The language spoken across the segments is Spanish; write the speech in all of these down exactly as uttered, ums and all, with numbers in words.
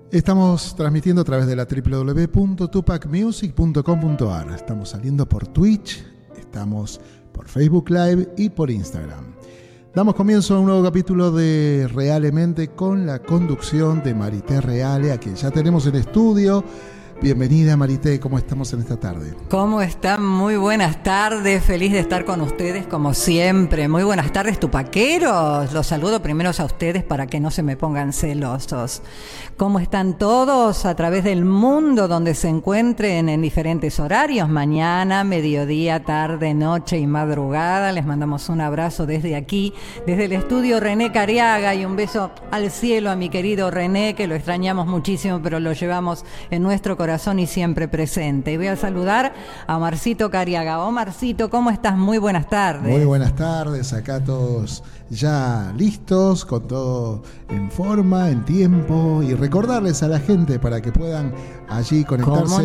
Estamos transmitiendo a través de la doble u doble u doble u punto tupac music punto com punto a r. Estamos saliendo por Twitch, estamos por Facebook Live y por Instagram. Damos comienzo a un nuevo capítulo de Realemente con la conducción de Marité Reale, a quien ya tenemos en estudio. Bienvenida, Marité, ¿cómo estamos en esta tarde? ¿Cómo están? Muy buenas tardes, feliz de estar con ustedes como siempre. Muy buenas tardes, tupaqueros. Los saludo primero a ustedes para que no se me pongan celosos. ¿Cómo están todos a través del mundo donde se encuentren en diferentes horarios? Mañana, mediodía, tarde, noche y madrugada. Les mandamos un abrazo desde aquí, desde el estudio René Cariaga, y un beso al cielo a mi querido René, que lo extrañamos muchísimo, pero lo llevamos en nuestro corazón y siempre presente. Y voy a saludar a Marcito Cariaga. Oh, Marcito, ¿cómo estás? Muy buenas tardes. Muy buenas tardes, acá todos ya listos, con todo en forma, en tiempo, y recordarles a la gente para que puedan allí conectarse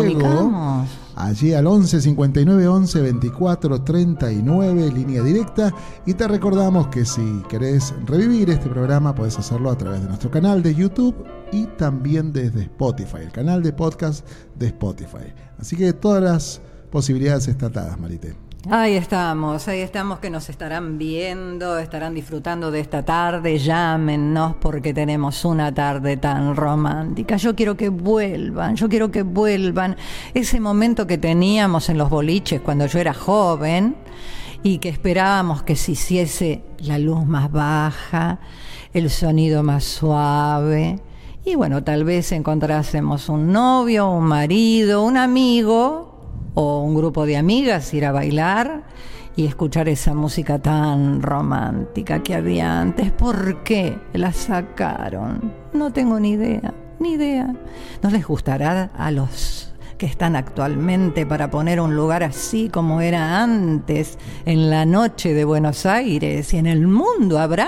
luego, allí al once cincuenta y nueve once veinticuatro treinta y nueve, línea directa. Y te recordamos que si querés revivir este programa, podés hacerlo a través de nuestro canal de YouTube y también desde Spotify, el canal de podcast de Spotify. Así que todas las posibilidades están dadas, Marité. Ahí estamos, ahí estamos, que nos estarán viendo, estarán disfrutando de esta tarde. Llámenos porque tenemos una tarde tan romántica. Yo quiero que vuelvan, yo quiero que vuelvan ese momento que teníamos en los boliches cuando yo era joven y que esperábamos que se hiciese la luz más baja, el sonido más suave. Y bueno, tal vez encontrásemos un novio, un marido, un amigo o un grupo de amigas, ir a bailar y escuchar esa música tan romántica que había antes. ¿Por qué la sacaron? No tengo ni idea, ni idea. ¿No les gustará a los que están actualmente para poner un lugar así como era antes, en la noche de Buenos Aires y en el mundo? ¿Habrá?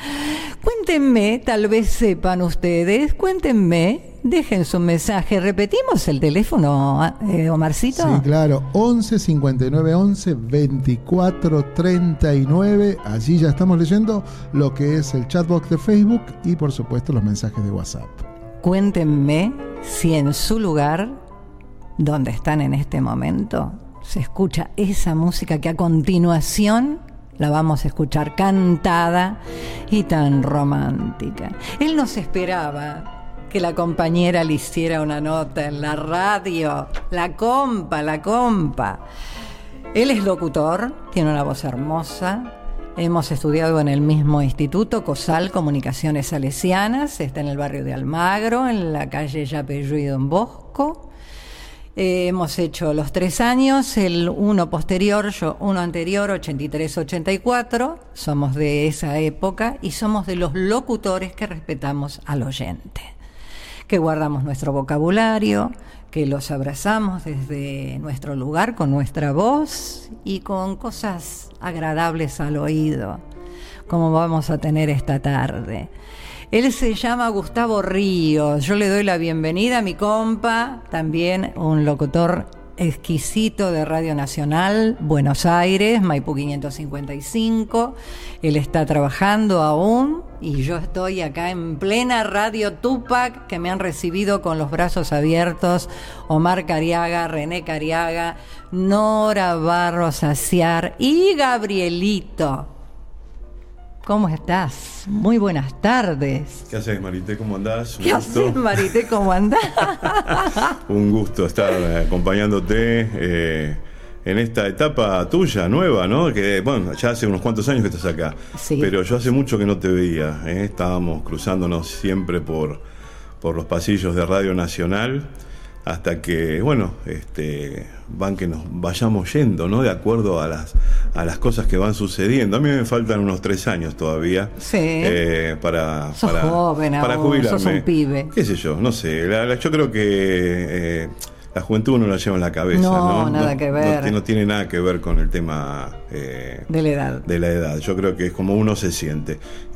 Cuéntenme, tal vez sepan ustedes, cuéntenme. Dejen su mensaje. ¿Repetimos el teléfono, eh, Omarcito? Sí, claro. once cincuenta y nueve once veinticuatro treinta y nueve. Allí ya estamos leyendo lo que es el chatbox de Facebook y, por supuesto, los mensajes de WhatsApp. Cuéntenme si en su lugar, donde están en este momento, se escucha esa música que a continuación la vamos a escuchar cantada y tan romántica. Él nos esperaba que la compañera le hiciera una nota en la radio. La compa, la compa. Él es locutor, tiene una voz hermosa. Hemos estudiado en el mismo instituto, COSAL, Comunicaciones Salesianas. Está en el barrio de Almagro, en la calle Yapeyú y Don Bosco. Eh, hemos hecho los tres años, el uno posterior, yo uno anterior, ochenta y tres ochenta y cuatro. Somos de esa época y somos de los locutores que respetamos al oyente, que guardamos nuestro vocabulario, que los abrazamos desde nuestro lugar con nuestra voz y con cosas agradables al oído, como vamos a tener esta tarde. Él se llama Gustavo Ríos. Yo le doy la bienvenida a mi compa, también un locutor exquisito de Radio Nacional, Buenos Aires, Maipú quinientos cincuenta y cinco. Él está trabajando aún y yo estoy acá en plena Radio Tupac, que me han recibido con los brazos abiertos Omar Cariaga, René Cariaga, Nora Barros Aciar y Gabrielito. ¿Cómo estás? Muy buenas tardes. ¿Qué haces, Marité? ¿Cómo andás? Un ¿Qué gusto. haces, Marité? ¿Cómo andás? Un gusto estar acompañándote eh, en esta etapa tuya, nueva, ¿no? Que, bueno, ya hace unos cuantos años que estás acá. Sí. Pero yo hace mucho que no te veía, ¿eh? Estábamos cruzándonos siempre por, por los pasillos de Radio Nacional, hasta que, bueno, este, van que nos vayamos yendo, ¿no? De acuerdo a las a las cosas que van sucediendo. A mí me faltan unos tres años todavía. Sí. Eh, para, sos para, joven para aún, jubilarme. Sos un pibe. ¿Qué sé yo? No sé. La, la, yo creo que eh, la juventud no la lleva en la cabeza, no, ¿no? nada no, que ver. No, no tiene nada que ver con el tema eh, de la edad. De la edad. Yo creo que es como uno se siente.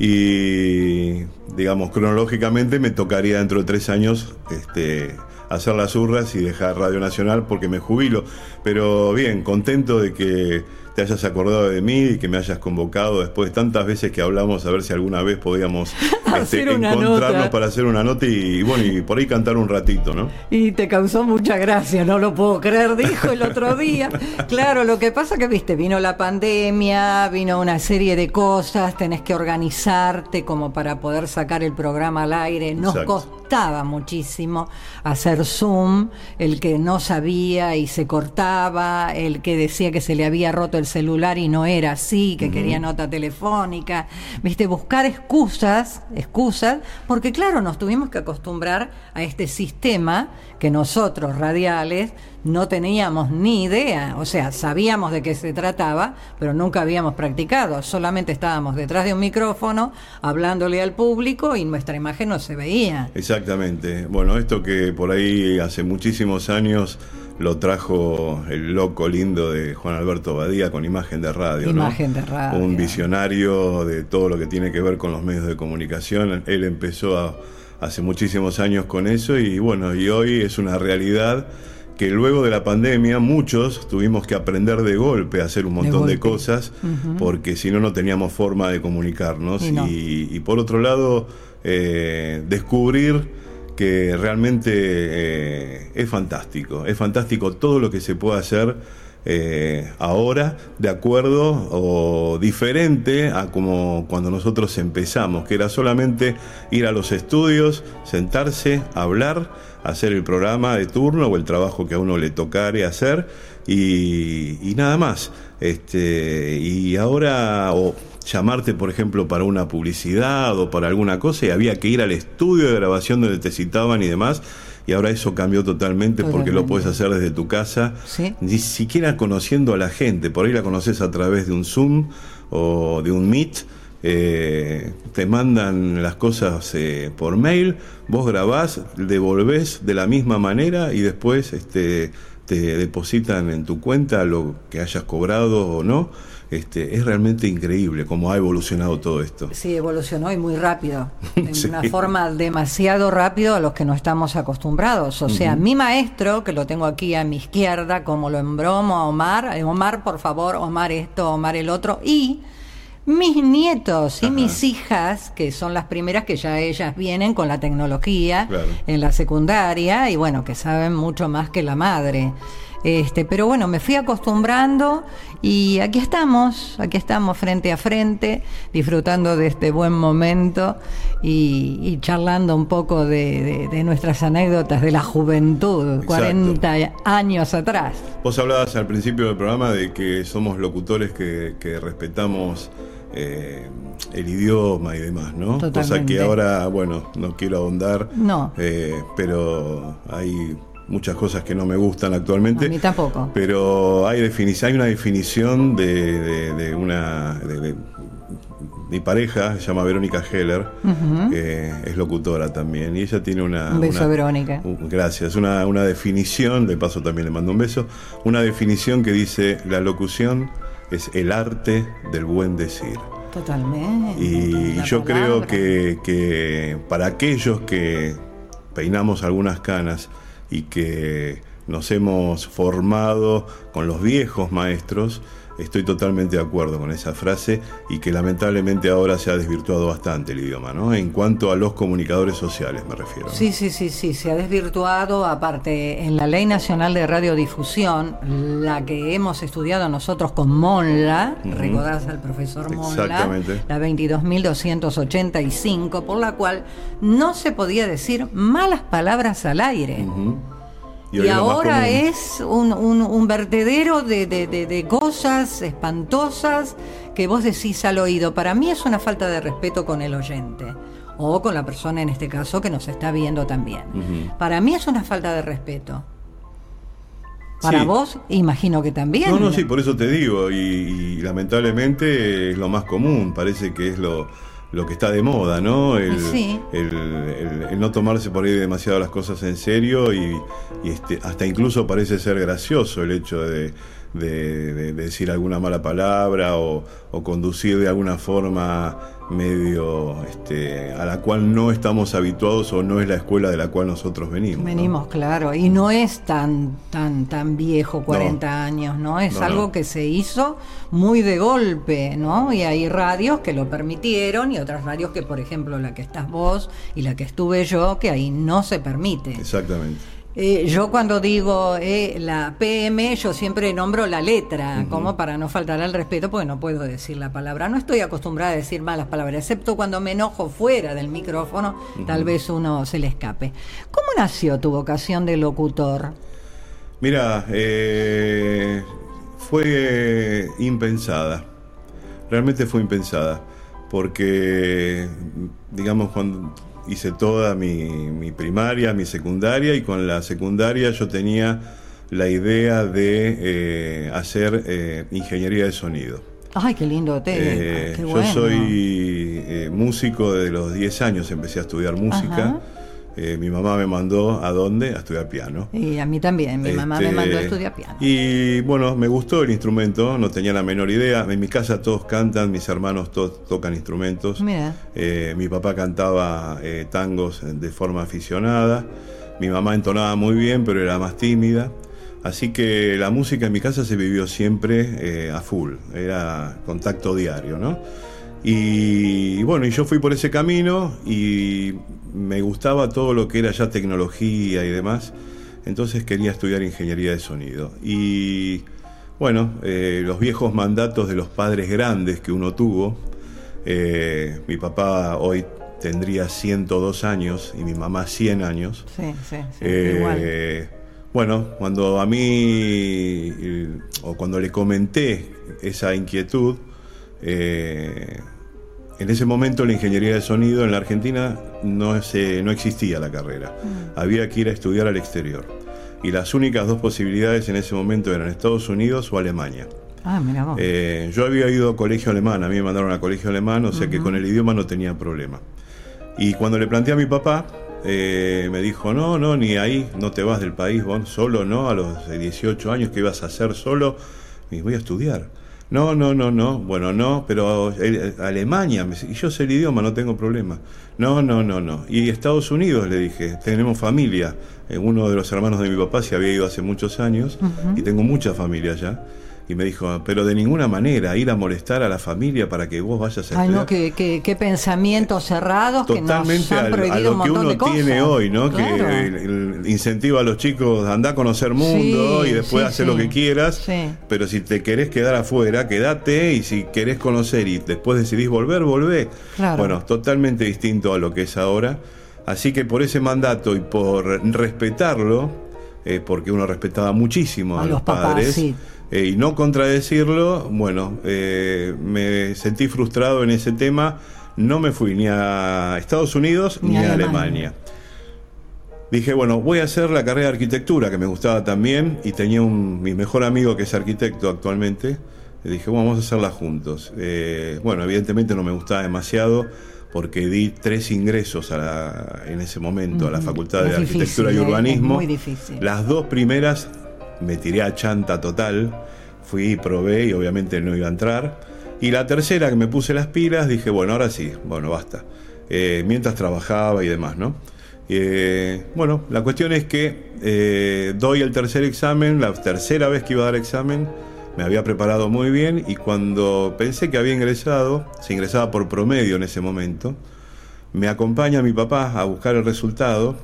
Y, digamos, cronológicamente me tocaría dentro de tres años este, hacer las urras y dejar Radio Nacional porque me jubilo. Pero bien, contento de que te hayas acordado de mí y que me hayas convocado después de tantas veces que hablamos, a ver si alguna vez podíamos este, encontrarnos nota. para hacer una nota y, y bueno, y por ahí cantar un ratito, ¿no? Y te causó mucha gracia, no lo puedo creer, dijo el otro día. Claro, lo que pasa que, viste, vino la pandemia, vino una serie de cosas, tenés que organizarte como para poder sacar el programa al aire. Nos Exacto. costaba muchísimo hacer Zoom, el que no sabía y se cortaba, el que decía que se le había roto el celular y no era así, que uh-huh. quería nota telefónica, viste, buscar excusas, excusas, porque claro, nos tuvimos que acostumbrar a este sistema que nosotros, radiales, no teníamos ni idea, o sea, sabíamos de qué se trataba, pero nunca habíamos practicado, solamente estábamos detrás de un micrófono, hablándole al público y nuestra imagen no se veía. Exactamente, bueno, esto que por ahí hace muchísimos años lo trajo el loco lindo de Juan Alberto Badía con Imagen de Radio, Imagen ¿no? de Radio. Un visionario de todo lo que tiene que ver con los medios de comunicación. Él empezó a, hace muchísimos años con eso y bueno, y hoy es una realidad que luego de la pandemia muchos tuvimos que aprender de golpe a hacer un montón de, de cosas, uh-huh. porque si no, no teníamos forma de comunicarnos. Y, no. y, y por otro lado, eh, descubrir que realmente eh, es fantástico, es fantástico todo lo que se puede hacer eh, ahora, de acuerdo o diferente a como cuando nosotros empezamos, que era solamente ir a los estudios, sentarse, hablar, hacer el programa de turno o el trabajo que a uno le tocare hacer y, y nada más. Este, y ahora, o llamarte, por ejemplo, para una publicidad o para alguna cosa, y había que ir al estudio de grabación donde te citaban y demás, y ahora eso cambió totalmente, totalmente. Porque lo puedes hacer desde tu casa, ¿sí? Ni siquiera conociendo a la gente, por ahí la conoces a través de un Zoom o de un Meet. Eh, te mandan las cosas eh, por mail, vos grabás, devolvés de la misma manera y después este, te depositan en tu cuenta lo que hayas cobrado o no. Este, es realmente increíble cómo ha evolucionado todo esto. Sí, evolucionó y muy rápido, en sí. una forma demasiado rápido a los que no estamos acostumbrados. O sea, uh-huh. mi maestro, que lo tengo aquí a mi izquierda, como lo embromo a Omar, Omar, por favor, Omar esto, Omar el otro, y mis nietos y Ajá. mis hijas, que son las primeras que ya ellas vienen con la tecnología claro. en la secundaria, y bueno, que saben mucho más que la madre. Este, pero bueno, me fui acostumbrando y aquí estamos, aquí estamos frente a frente, disfrutando de este buen momento y, y charlando un poco de, de, de nuestras anécdotas de la juventud, Exacto. cuarenta años atrás. Vos hablabas al principio del programa de que somos locutores que, que respetamos eh, el idioma y demás, ¿no? Totalmente. Cosa que ahora, bueno, no quiero ahondar, no. eh, pero hay muchas cosas que no me gustan actualmente. A mí tampoco. Pero hay definición, hay una definición de, de, de una de, de, mi pareja, se llama Verónica Heller, uh-huh. que es locutora también, y ella tiene una... Un beso, una, Verónica. Uh, gracias. Una, una definición, de paso también le mando un beso, una definición que dice: la locución es el arte del buen decir. Totalmente. Y yo palabra. creo que, que para aquellos que peinamos algunas canas y que nos hemos formado con los viejos maestros, estoy totalmente de acuerdo con esa frase, y que lamentablemente ahora se ha desvirtuado bastante el idioma, ¿no? En cuanto a los comunicadores sociales me refiero, ¿no? Sí, sí, sí, sí, se ha desvirtuado. Aparte, en la Ley Nacional de Radiodifusión, la que hemos estudiado nosotros con Monla, uh-huh. recordás al profesor Monla, la veintidós mil doscientos ochenta y cinco, por la cual no se podía decir malas palabras al aire. Uh-huh. Y, y ahora es un, un, un vertedero de, de, de, de cosas espantosas que vos decís al oído. Para mí es una falta de respeto con el oyente, o con la persona en este caso que nos está viendo también. Uh-huh. Para mí es una falta de respeto. Para sí. vos, imagino que también. No, no, sí, por eso te digo. Y, y lamentablemente es lo más común. Parece que es lo... lo que está de moda, ¿no? El, sí. el, el, el no tomarse por ahí demasiado las cosas en serio y, y este, hasta incluso parece ser gracioso el hecho de, de, de, de decir alguna mala palabra o, o conducir de alguna forma medio este, a la cual no estamos habituados o no es la escuela de la cual nosotros venimos. Venimos, ¿no? Claro, y no es tan tan tan viejo, cuarenta no. años, ¿no? Es no, algo no. que se hizo muy de golpe, ¿no? Y hay radios que lo permitieron y otras radios que, por ejemplo, la que estás vos y la que estuve yo, que ahí no se permite. Exactamente. Eh, yo cuando digo eh, la P M, yo siempre nombro la letra, uh-huh. como para no faltar al respeto, porque no puedo decir la palabra. No estoy acostumbrada a decir malas palabras, excepto cuando me enojo fuera del micrófono, uh-huh. tal vez uno se le escape. ¿Cómo nació tu vocación de locutor? Mira, eh, fue impensada, realmente fue impensada, porque, digamos, cuando... hice toda mi, mi primaria, mi secundaria, y con la secundaria yo tenía la idea de eh, hacer eh, ingeniería de sonido. ¡Ay, qué lindo tema! Eh, qué yo bueno. soy eh, músico desde los diez años, empecé a estudiar música. Eh, mi mamá me mandó ¿a dónde? A estudiar piano. Y a mí también, mi este, mamá me mandó a estudiar piano. Y bueno, me gustó el instrumento, no tenía la menor idea. En mi casa todos cantan, mis hermanos todos tocan instrumentos. Mira. Eh, mi papá cantaba eh, tangos de forma aficionada. Mi mamá entonaba muy bien, pero era más tímida. Así que la música en mi casa se vivió siempre eh, a full, era contacto diario, ¿no? Y, y bueno, y yo fui por ese camino y me gustaba todo lo que era ya tecnología y demás, entonces quería estudiar ingeniería de sonido. Y bueno, eh, los viejos mandatos de los padres grandes que uno tuvo, eh, mi papá hoy tendría ciento dos años y mi mamá cien años. Sí, sí, sí, eh, igual. Bueno, cuando a mí, o cuando le comenté esa inquietud, eh, en ese momento la ingeniería de sonido en la Argentina no, se, no existía la carrera. Mm. Había que ir a estudiar al exterior. Y las únicas dos posibilidades en ese momento eran Estados Unidos o Alemania. Ah, mira vos. Eh, yo había ido a colegio alemán, a mí me mandaron a colegio alemán, o sea uh-huh. que con el idioma no tenía problema. Y cuando le planteé a mi papá, eh, me dijo, no, no, ni ahí, no te vas del país, vos solo, no, a los dieciocho años, ¿qué ibas a hacer solo? Y voy a estudiar. No, no, no, no, bueno, no, pero eh, Alemania, y yo sé el idioma, no tengo problema. No, no, no, no. Y Estados Unidos, le dije, tenemos familia. Eh, uno de los hermanos de mi papá se había ido hace muchos años uh-huh. y tengo mucha familia allá. Y me dijo, pero de ninguna manera ir a molestar a la familia para que vos vayas a estudiar. Ay, no, qué, qué, qué pensamientos cerrados. Totalmente que nos han prohibido a, a lo un que montón uno de cosas. Tiene hoy, ¿no? Claro. Que el, el incentiva a los chicos a andar a conocer mundo sí, y después sí, hacer sí. lo que quieras. Sí. Pero si te querés quedar afuera, quedate, y si querés conocer y después decidís volver, volvé. Claro. Bueno, totalmente distinto a lo que es ahora. Así que por ese mandato y por respetarlo, eh, porque uno respetaba muchísimo a, a los, los papás, padres, sí. eh, y no contradecirlo, bueno, eh, me sentí frustrado en ese tema. No me fui ni a Estados Unidos ni, ni a Alemania. Alemania. Dije, bueno, voy a hacer la carrera de arquitectura, que me gustaba también, y tenía un, mi mejor amigo que es arquitecto actualmente. Le dije, bueno, vamos a hacerla juntos. Eh, bueno, evidentemente no me gustaba demasiado, porque di tres ingresos a la, en ese momento uh-huh. a la Facultad es de difícil, Arquitectura y Urbanismo. Es muy difícil. Las dos primeras me tiré a chanta total, fui y probé y obviamente no iba a entrar. Y la tercera, que me puse las pilas, dije, bueno, ahora sí, bueno, basta. Eh, mientras trabajaba y demás, ¿no? Eh, bueno, la cuestión es que eh, doy el tercer examen, la tercera vez que iba a dar examen. Me había preparado muy bien y cuando pensé que había ingresado, se ingresaba por promedio en ese momento, me acompaña mi papá a buscar el resultado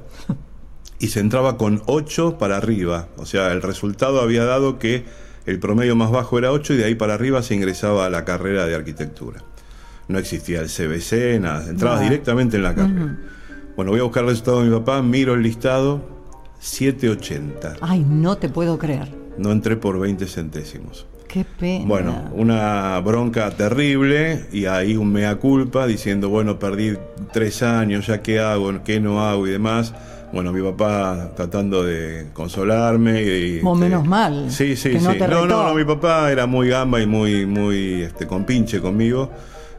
y se entraba con ocho para arriba. O sea, el resultado había dado que el promedio más bajo era ocho y de ahí para arriba se ingresaba a la carrera de arquitectura. No existía el C B C, nada, entrabas no. directamente en la carrera. Uh-huh. Bueno, voy a buscar el resultado de mi papá, miro el listado, siete ochenta. Ay, no te puedo creer. No entré por veinte centésimos. Qué pena. Bueno, una bronca terrible y ahí un mea culpa diciendo, bueno, perdí tres años, ya qué hago, qué no hago y demás. Bueno, mi papá tratando de consolarme y... O este, menos mal. Sí, sí, que sí. No, te no, no, no, mi papá era muy gamba y muy, muy este, compinche conmigo.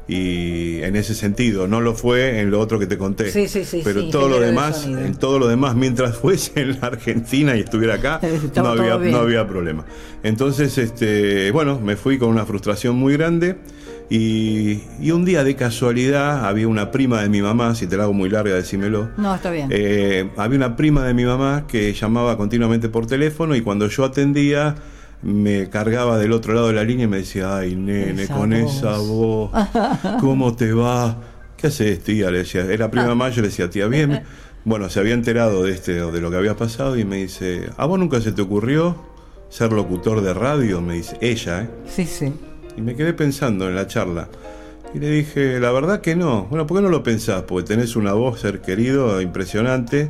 Y en ese sentido, no lo fue en lo otro que te conté. Sí, sí, sí. Pero sí, todo lo demás, en todo lo demás, mientras fuese en la Argentina y estuviera acá, no había, no había problema. Entonces, este, bueno, me fui con una frustración muy grande Y, y un día de casualidad había una prima de mi mamá, si te la hago muy larga, decímelo. No, está bien. Eh, había una prima de mi mamá que llamaba continuamente por teléfono y cuando yo atendía me cargaba del otro lado de la línea y me decía, ay, nene, esa con voz. esa voz, ¿cómo te va? ¿Qué haces, tía? Le decía, era prima mamá, yo le decía, tía, bien. Bueno, se había enterado de, este, de lo que había pasado y me dice, ¿a vos nunca se te ocurrió ser locutor de radio? Me dice, ella, ¿eh? Sí, sí. Y me quedé pensando en la charla. Y le dije, la verdad que no. Bueno, ¿por qué no lo pensás? Porque tenés una voz, ser querido, impresionante.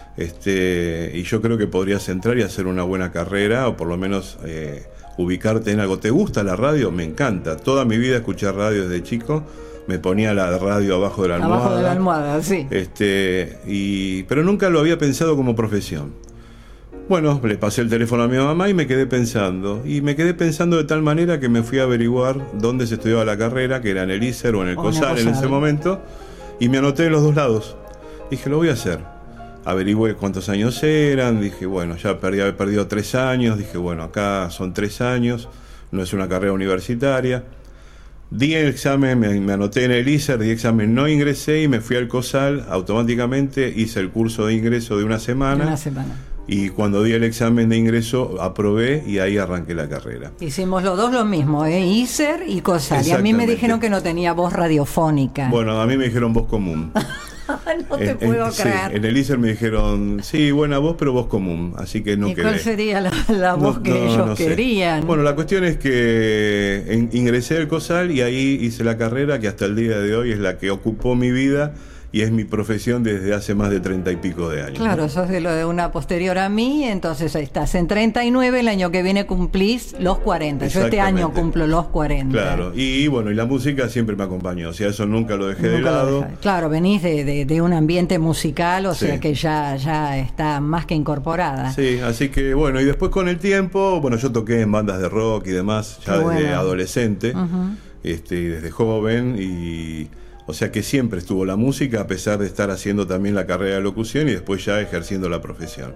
Este, y yo creo que podrías entrar y hacer una buena carrera, o por lo menos eh, ubicarte en algo. ¿Te gusta la radio? Me encanta. Toda mi vida escuché radio desde chico. Me ponía la radio abajo de la almohada. Abajo de la almohada, sí. Este, y, pero nunca lo había pensado como profesión. Bueno, le pasé el teléfono a mi mamá y me quedé pensando. Y me quedé pensando de tal manera que me fui a averiguar dónde se estudiaba la carrera, que era en el I S E R o en el COSAL en ese momento. Y me anoté en los dos lados. Dije, lo voy a hacer. Averigüé cuántos años eran. Dije, bueno, ya perdí, había perdido tres años. Dije, bueno, acá son tres años. No es una carrera universitaria. Di el examen, me, me anoté en el I S E R, di examen, no ingresé y me fui al COSAL. Automáticamente hice el curso de ingreso de una semana. Una semana. Y cuando di el examen de ingreso, aprobé y ahí arranqué la carrera. Hicimos los dos lo mismo, ¿eh? I S E R y COSAL. Y a mí me dijeron que no tenía voz radiofónica. Bueno, a mí me dijeron voz común. No te en, puedo en, creer. Sí, en el I S E R me dijeron, sí, buena voz, pero voz común. Así que no ¿Y quedé. cuál sería la, la voz no, que no, ellos no querían? Bueno, la cuestión es que en, ingresé al COSAL y ahí hice la carrera que hasta el día de hoy es la que ocupó mi vida. Y es mi profesión desde hace más de treinta y pico de años. Claro, ¿no? sos de lo de una posterior a mí, entonces ahí estás en treinta y nueve, el año que viene cumplís los cuarenta. Yo este año cumplo los cuarenta. Claro, y bueno, y la música siempre me acompañó, o sea, eso nunca lo dejé nunca de lado. Dejé. Claro, venís de, de, de un ambiente musical, o sí. sea que ya, ya está más que incorporada. Sí, así que bueno, y después con el tiempo, bueno, yo toqué en bandas de rock y demás, ya desde bueno. adolescente, uh-huh. este, desde joven, y... O sea que siempre estuvo la música, a pesar de estar haciendo también la carrera de locución y después ya ejerciendo la profesión.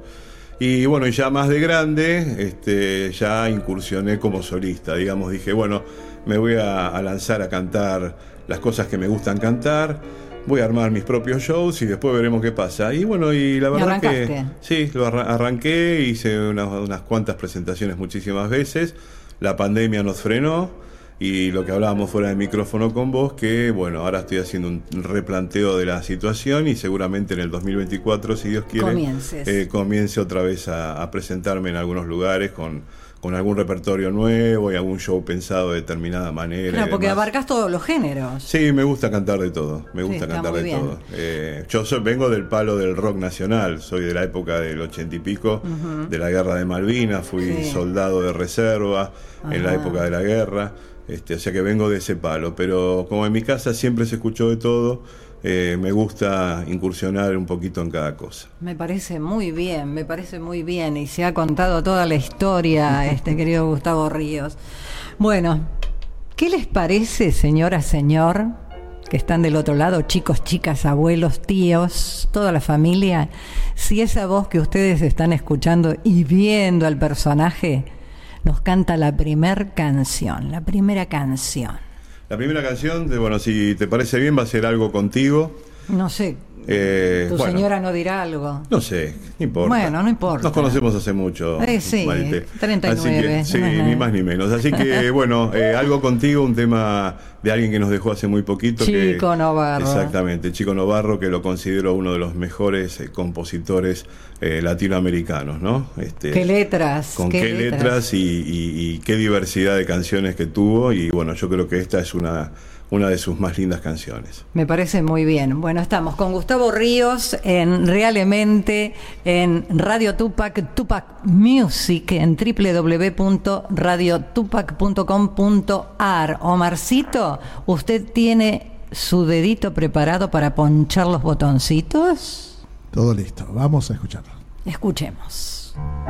Y bueno, ya más de grande, este, ya incursioné como solista. Digamos, dije, bueno, me voy a, a lanzar a cantar las cosas que me gustan cantar, voy a armar mis propios shows y después veremos qué pasa. Y bueno, y la verdad que sí, lo arranqué, hice unas, unas cuantas presentaciones muchísimas veces. La pandemia nos frenó. Y lo que hablábamos fuera de micrófono con vos, que bueno, ahora estoy haciendo un replanteo de la situación y seguramente en el dos mil veinticuatro, si Dios quiere, eh, comience otra vez a, a presentarme en algunos lugares con, con algún repertorio nuevo y algún show pensado de determinada manera. Claro, porque abarcas todos los géneros. Sí, me gusta cantar de todo, me gusta sí, cantar de bien. todo. Eh, yo soy, vengo del palo del rock nacional, soy de la época del ochenta y pico, uh-huh. de la guerra de Malvinas, fui sí. soldado de reserva uh-huh. en la época de la guerra. Este, o sea que vengo de ese palo, pero como en mi casa siempre se escuchó de todo, eh, me gusta incursionar un poquito en cada cosa. Me parece muy bien, me parece muy bien, y se ha contado toda la historia, este querido Gustavo Ríos. Bueno, ¿qué les parece, señora, señor, que están del otro lado, chicos, chicas, abuelos, tíos, toda la familia, si esa voz que ustedes están escuchando y viendo al personaje nos canta la primer canción, la primera canción? La primera canción, de, bueno, si te parece bien, va a ser Algo Contigo. No sé, eh, tu bueno, señora no dirá algo. No sé, no importa. Bueno, no importa. Nos conocemos hace mucho, eh, sí, Maite. treinta y nueve. Así que, sí, ni más ni menos. Así que, bueno, eh, Algo Contigo, un tema de alguien que nos dejó hace muy poquito. Chico que, Novarro. Exactamente, Chico Novarro, que lo considero uno de los mejores eh, compositores eh, latinoamericanos, ¿no? Este, qué letras. Con qué, qué letras, letras y, y, y qué diversidad de canciones que tuvo. Y bueno, yo creo que esta es una... una de sus más lindas canciones. Me parece muy bien. Bueno, estamos con Gustavo Ríos en Realmente, en Radio Tupac, Tupac Music, en doble u doble u doble u punto radio tupac punto com punto a r. Omarcito, ¿usted tiene su dedito preparado para ponchar los botoncitos? Todo listo, vamos a escucharlo. Escuchemos.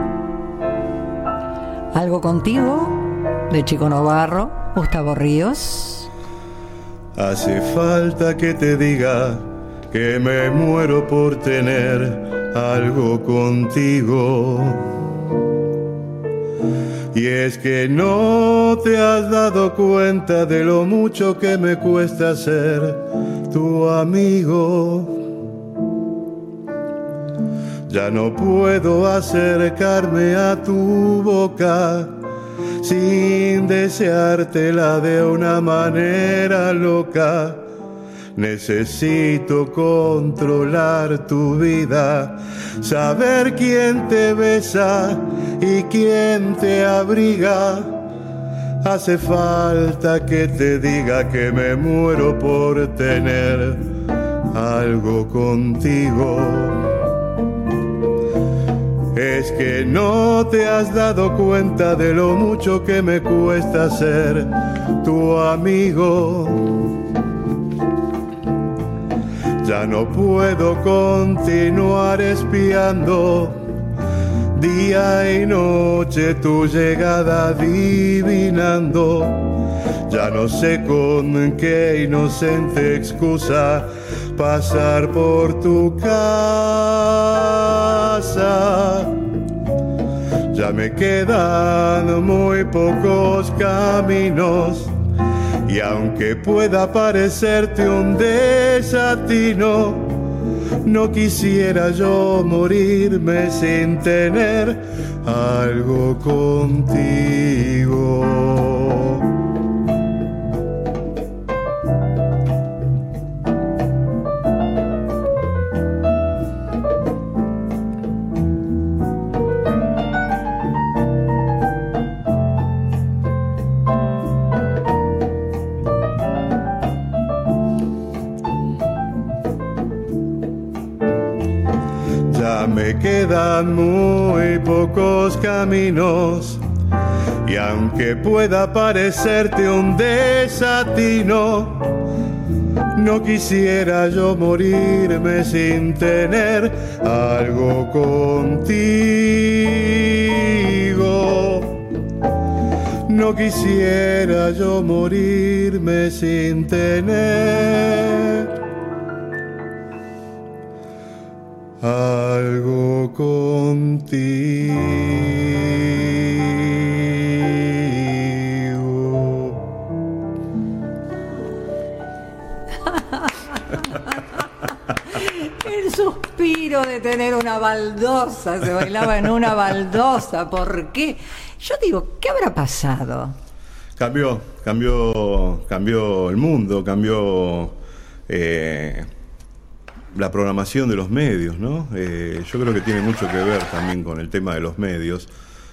Algo Contigo, de Chico Novarro, Gustavo Ríos. Hace falta que te diga que me muero por tener algo contigo. Y es que no te has dado cuenta de lo mucho que me cuesta ser tu amigo. Ya no puedo acercarme a tu boca sin deseártela de una manera loca. Necesito controlar tu vida, saber quién te besa y quién te abriga. Hace falta que te diga que me muero por tener algo contigo. Es que no te has dado cuenta de lo mucho que me cuesta ser tu amigo. Ya no puedo continuar espiando día y noche tu llegada adivinando. Ya no sé con qué inocente excusa pasar por tu casa. Ya me quedan muy pocos caminos y aunque pueda parecerte un desatino, no quisiera yo morirme sin tener algo contigo. Me quedan muy pocos caminos y aunque pueda parecerte un desatino, no quisiera yo morirme sin tener algo contigo. No quisiera yo morirme sin tener algo contigo. El suspiro de tener una baldosa, se bailaba en una baldosa. ¿Por qué? Yo digo, ¿qué habrá pasado? Cambió, cambió, cambió el mundo, cambió eh, la programación de los medios, ¿no? Eh, yo creo que tiene mucho que ver también con el tema de los medios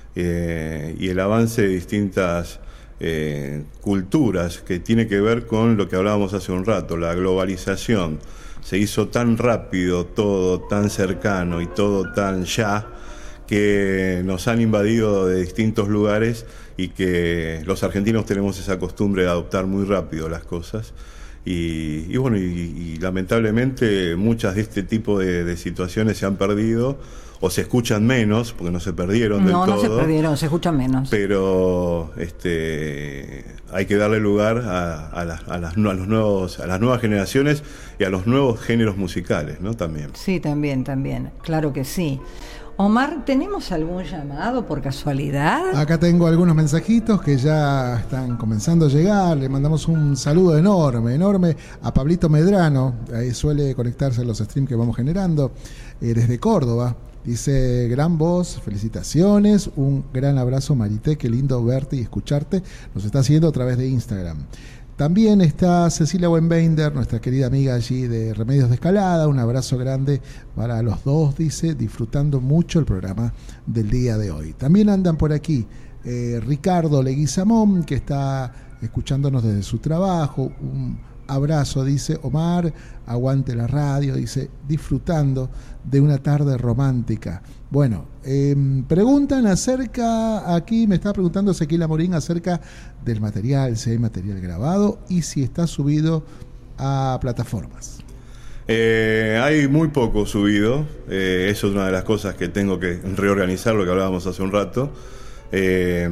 eh, y el avance de distintas eh, culturas que tiene que ver con lo que hablábamos hace un rato, la globalización. Se hizo tan rápido todo, tan cercano y todo tan ya, que nos han invadido de distintos lugares y que los argentinos tenemos esa costumbre de adoptar muy rápido las cosas. Y, y bueno, y, y lamentablemente muchas de este tipo de, de situaciones se han perdido o se escuchan menos, porque no se perdieron del todo. No, no se perdieron, se escuchan menos. Pero este, hay que darle lugar a, a, las, a, las, a, los nuevos, a las nuevas generaciones y a los nuevos géneros musicales, ¿no? También. Sí, también, también, claro que sí. Omar, ¿tenemos algún llamado por casualidad? Acá tengo algunos mensajitos que ya están comenzando a llegar. Le mandamos un saludo enorme, enorme a Pablito Medrano. Ahí suele conectarse a los streams que vamos generando eh, desde Córdoba. Dice, gran voz, felicitaciones, un gran abrazo Marité, qué lindo verte y escucharte. Nos está siguiendo a través de Instagram. También está Cecilia Wenbender, nuestra querida amiga allí de Remedios de Escalada. Un abrazo grande para los dos, dice, disfrutando mucho el programa del día de hoy. También andan por aquí eh, Ricardo Leguizamón, que está escuchándonos desde su trabajo. Un abrazo, dice Omar, aguante la radio, dice, disfrutando de una tarde romántica. Bueno, eh, preguntan acerca, aquí me está preguntando Ezequiel Amorín acerca del material, si hay material grabado y si está subido a plataformas. Eh, hay muy poco subido, eh, eso es una de las cosas que tengo que reorganizar, lo que hablábamos hace un rato. Eh,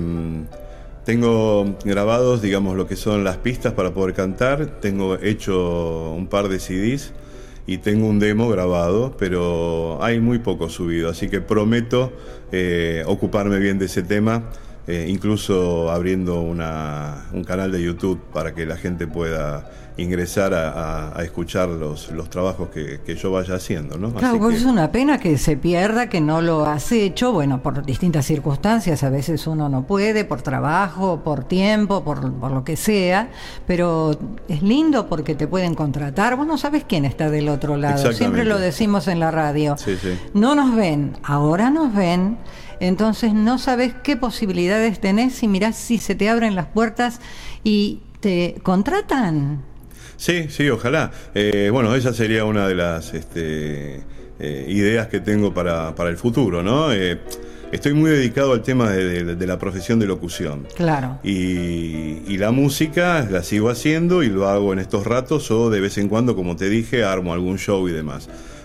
tengo grabados, digamos, lo que son las pistas para poder cantar, tengo hecho un par de C Ds y tengo un demo grabado, pero hay muy poco subido, así que prometo eh, ocuparme bien de ese tema eh, incluso abriendo una, un canal de YouTube para que la gente pueda ingresar a, a, a escuchar los, los trabajos que, que yo vaya haciendo, ¿no? Claro, Así pues que... es una pena que se pierda, que no lo has hecho, bueno, por distintas circunstancias, a veces uno no puede, por trabajo, por tiempo, por, por lo que sea, pero es lindo porque te pueden contratar, vos no sabes quién está del otro lado, siempre lo decimos en la radio, sí, sí. No nos ven, ahora nos ven, entonces no sabes qué posibilidades tenés y mirás si se te abren las puertas y te contratan. Sí, sí, ojalá. Eh, bueno, esa sería una de las este, eh, ideas que tengo para, para el futuro, ¿no? Eh, estoy muy dedicado al tema de, de, de la profesión de locución. Claro. Y, y la música la sigo haciendo y lo hago en estos ratos o de vez en cuando, como te dije, armo algún show y demás.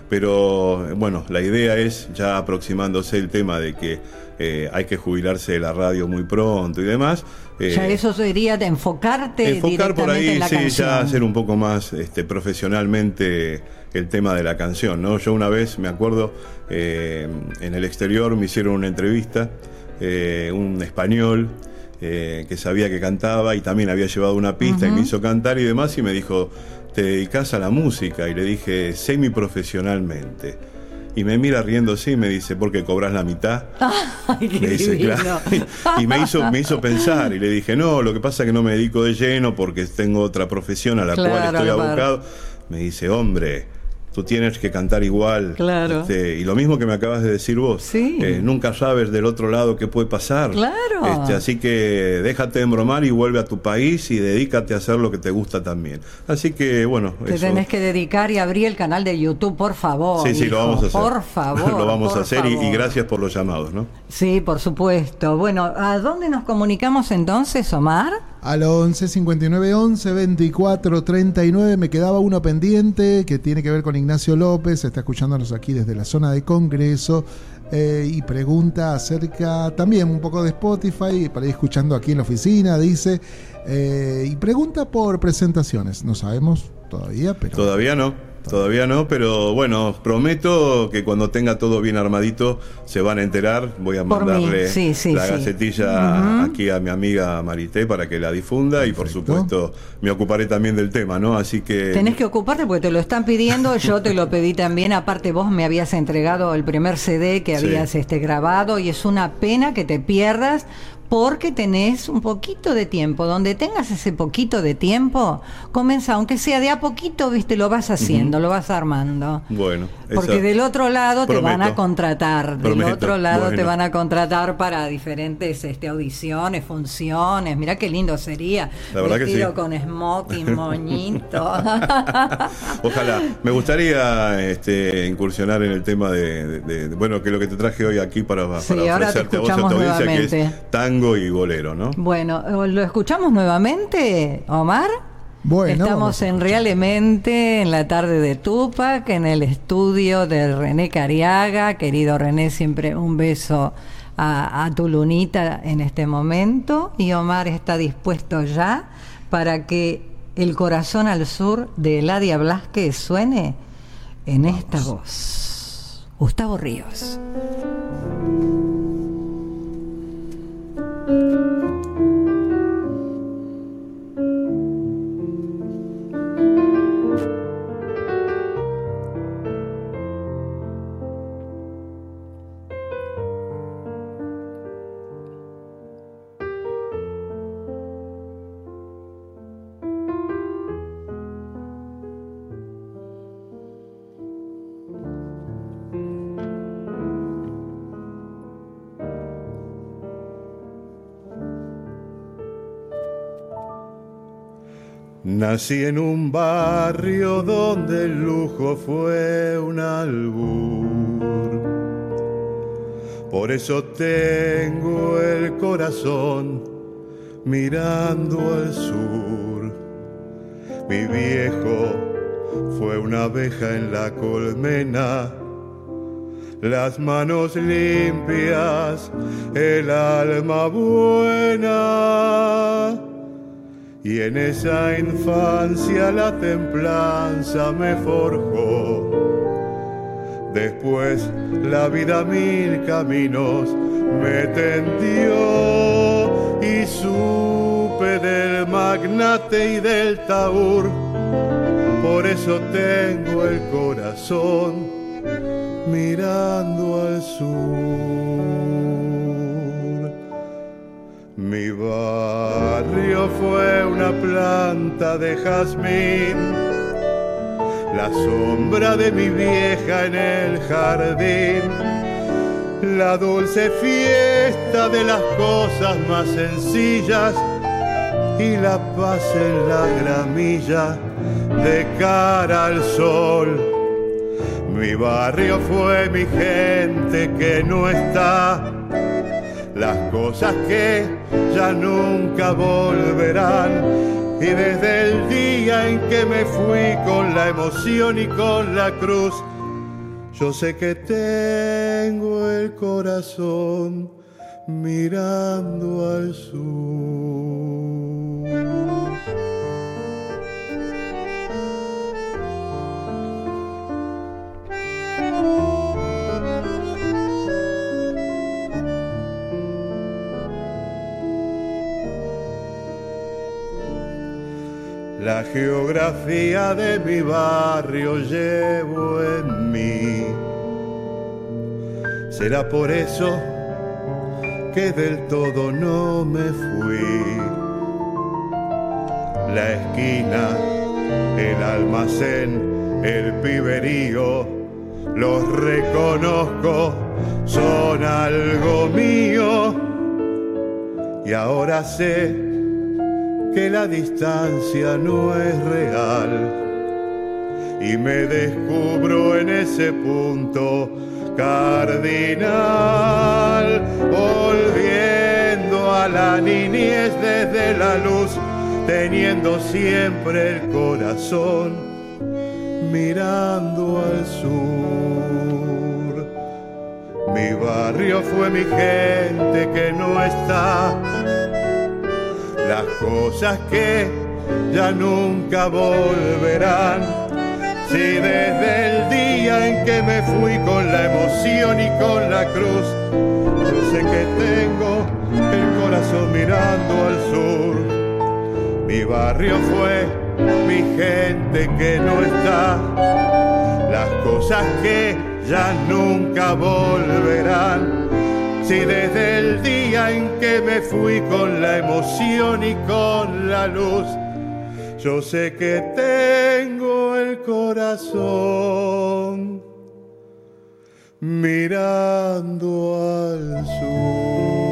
Pero bueno, la idea es, ya aproximándose el tema de que eh, hay que jubilarse de la radio muy pronto y demás. Eh, ya eso sería de enfocarte enfocar directamente por ahí, en la sí, canción. ya hacer un poco más este, profesionalmente el tema de la canción, ¿no? Yo una vez, me acuerdo, eh, en el exterior me hicieron una entrevista, eh, un español eh, que sabía que cantaba y también había llevado una pista uh-huh. y me hizo cantar y demás y me dijo, ¿te dedicás a la música? Y le dije, semiprofesionalmente. Y me mira riendo así y me dice, ¿por qué cobras la mitad? Ay, qué me dice, claro. Y me hizo, me hizo pensar y le dije, no, lo que pasa es que no me dedico de lleno porque tengo otra profesión a la claro, cual estoy abocado. Me dice, hombre, tú tienes que cantar igual. Claro. Este, y lo mismo que me acabas de decir vos. Sí. Eh, nunca sabes del otro lado qué puede pasar. Claro. Este, así que déjate de embromar y vuelve a tu país y dedícate a hacer lo que te gusta también. Así que, bueno. Te eso... tenés que dedicar y abrir el canal de YouTube, por favor. Sí, sí, hijo. lo vamos a hacer. Por favor. Lo vamos por a hacer y, y gracias por los llamados, ¿no? Sí, por supuesto. Bueno, ¿a dónde nos comunicamos entonces, Omar? Al once cincuenta y nueve once veinticuatro treinta y nueve. Me quedaba uno pendiente que tiene que ver con Ignacio López, está escuchándonos aquí desde la zona de Congreso eh, y pregunta acerca también un poco de Spotify para ir escuchando aquí en la oficina, dice, eh, y pregunta por presentaciones. No sabemos todavía, pero... Todavía no. Todavía no, pero bueno, prometo que cuando tenga todo bien armadito se van a enterar. Voy a mandarle sí, sí, la sí. gacetilla uh-huh. aquí a mi amiga Marité para que la difunda. Perfecto. Y por supuesto me ocuparé también del tema, ¿no? Así que... Tenés que ocuparte porque te lo están pidiendo, yo te lo pedí también. Aparte vos me habías entregado el primer C D que habías sí. este, grabado y es una pena que te pierdas porque tenés un poquito de tiempo. Donde tengas ese poquito de tiempo, comienza, aunque sea de a poquito, viste, lo vas haciendo, uh-huh. lo vas armando. Bueno, porque esa... del otro lado Prometo. te van a contratar, Prometo. del otro lado bueno. te van a contratar para diferentes este, audiciones, funciones. Mirá qué lindo sería. La verdad vestido que sí. con smoking, moñito. Ojalá. Me gustaría este, incursionar en el tema de, de, de, bueno, que lo que te traje hoy aquí para, sí, para ofrecerte a vos a tu audiencia, nuevamente. que es tango y bolero, ¿no? Bueno, ¿lo escuchamos nuevamente, Omar? Bueno, estamos en Realmente, en la tarde de Tupac, en el estudio de René Cariaga. Querido René, siempre un beso a, a tu lunita en este momento. Y Omar está dispuesto ya para que El Corazón al Sur de Eladia Blasquez suene en Vamos. Esta voz. Gustavo Ríos. Nací en un barrio donde el lujo fue un albur. Por eso tengo el corazón mirando al sur. Mi viejo fue una abeja en la colmena, las manos limpias, el alma buena. Y en esa infancia la templanza me forjó. Después la vida mil caminos me tendió y supe del magnate y del taur. Por eso tengo el corazón mirando al sur. Mi barrio fue una planta de jazmín, la sombra de mi vieja en el jardín, la dulce fiesta de las cosas más sencillas y la paz en la gramilla de cara al sol. Mi barrio fue mi gente que no está, las cosas que ya nunca volverán. Y desde el día en que me fui con la emoción y con la cruz, yo sé que tengo el corazón mirando al sur. La geografía de mi barrio llevo en mí. Será por eso que del todo no me fui. La esquina, el almacén, el piberío, los reconozco, son algo mío. Y ahora sé que la distancia no es real y me descubro en ese punto cardinal, volviendo a la niñez desde la luz, teniendo siempre el corazón mirando al sur. Mi barrio fue mi gente que no está, las cosas que ya nunca volverán. Si desde el día en que me fui con la emoción y con la cruz, yo sé que tengo el corazón mirando al sur. Mi barrio fue mi gente que no está, las cosas que ya nunca volverán. Si desde el día en que me fui con la emoción y con la luz, yo sé que tengo el corazón mirando al sur.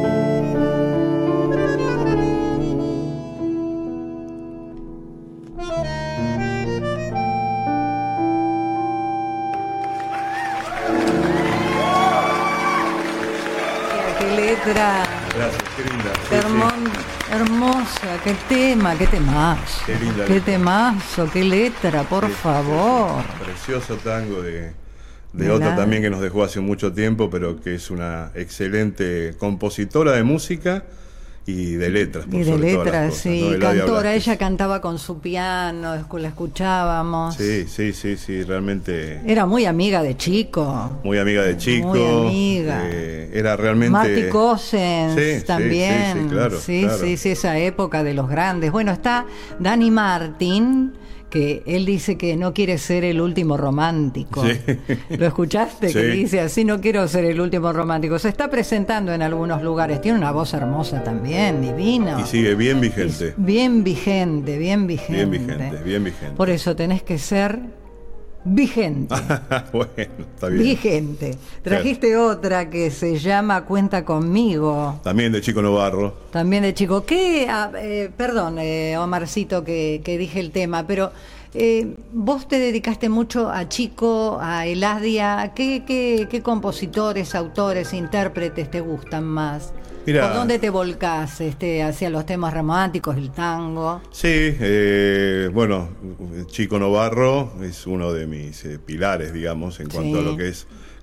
Letra. Gracias, qué linda. Sí, Hermón, sí. Hermosa, qué tema, qué temazo. Qué linda. Qué temazo, qué letra, por sí, favor. Sí, sí. Precioso tango de, de otra también que nos dejó hace mucho tiempo, pero que es una excelente compositora de música y de letras. Por y de letras, sí. ¿no? Cantora, ella cantaba con su piano, la escuchábamos. Sí, sí, sí, sí, realmente. Era muy amiga de Chico. Muy amiga de Chico. Muy amiga. Eh, era realmente. Marty Cossens sí, también. Sí, sí, sí, claro, sí, claro. sí, sí, esa época de los grandes. Bueno, está Dani Martin, que él dice que no quiere ser el último romántico. Sí. ¿Lo escuchaste? Sí. Que dice así, no quiero ser el último romántico. Se está presentando en algunos lugares. Tiene una voz hermosa también, divina. Y sigue bien vigente. Es bien vigente, bien vigente. Bien vigente, bien vigente. Por eso tenés que ser vigente. Bueno, está bien. Vigente. Trajiste claro. Otra que se llama Cuenta conmigo. También de Chico Novarro. También de Chico. ¿Qué? Ah, eh, perdón, eh, Omarcito, que, que dije el tema, pero eh, vos te dedicaste mucho a Chico, a Eladia. ¿Qué, qué, qué compositores, autores, intérpretes te gustan más? Mirá, ¿por dónde te volcás? Este, ¿hacia los temas románticos, el tango? Sí, eh, bueno, Chico Novarro es uno de mis eh, pilares, digamos, en cuanto sí. a lo que es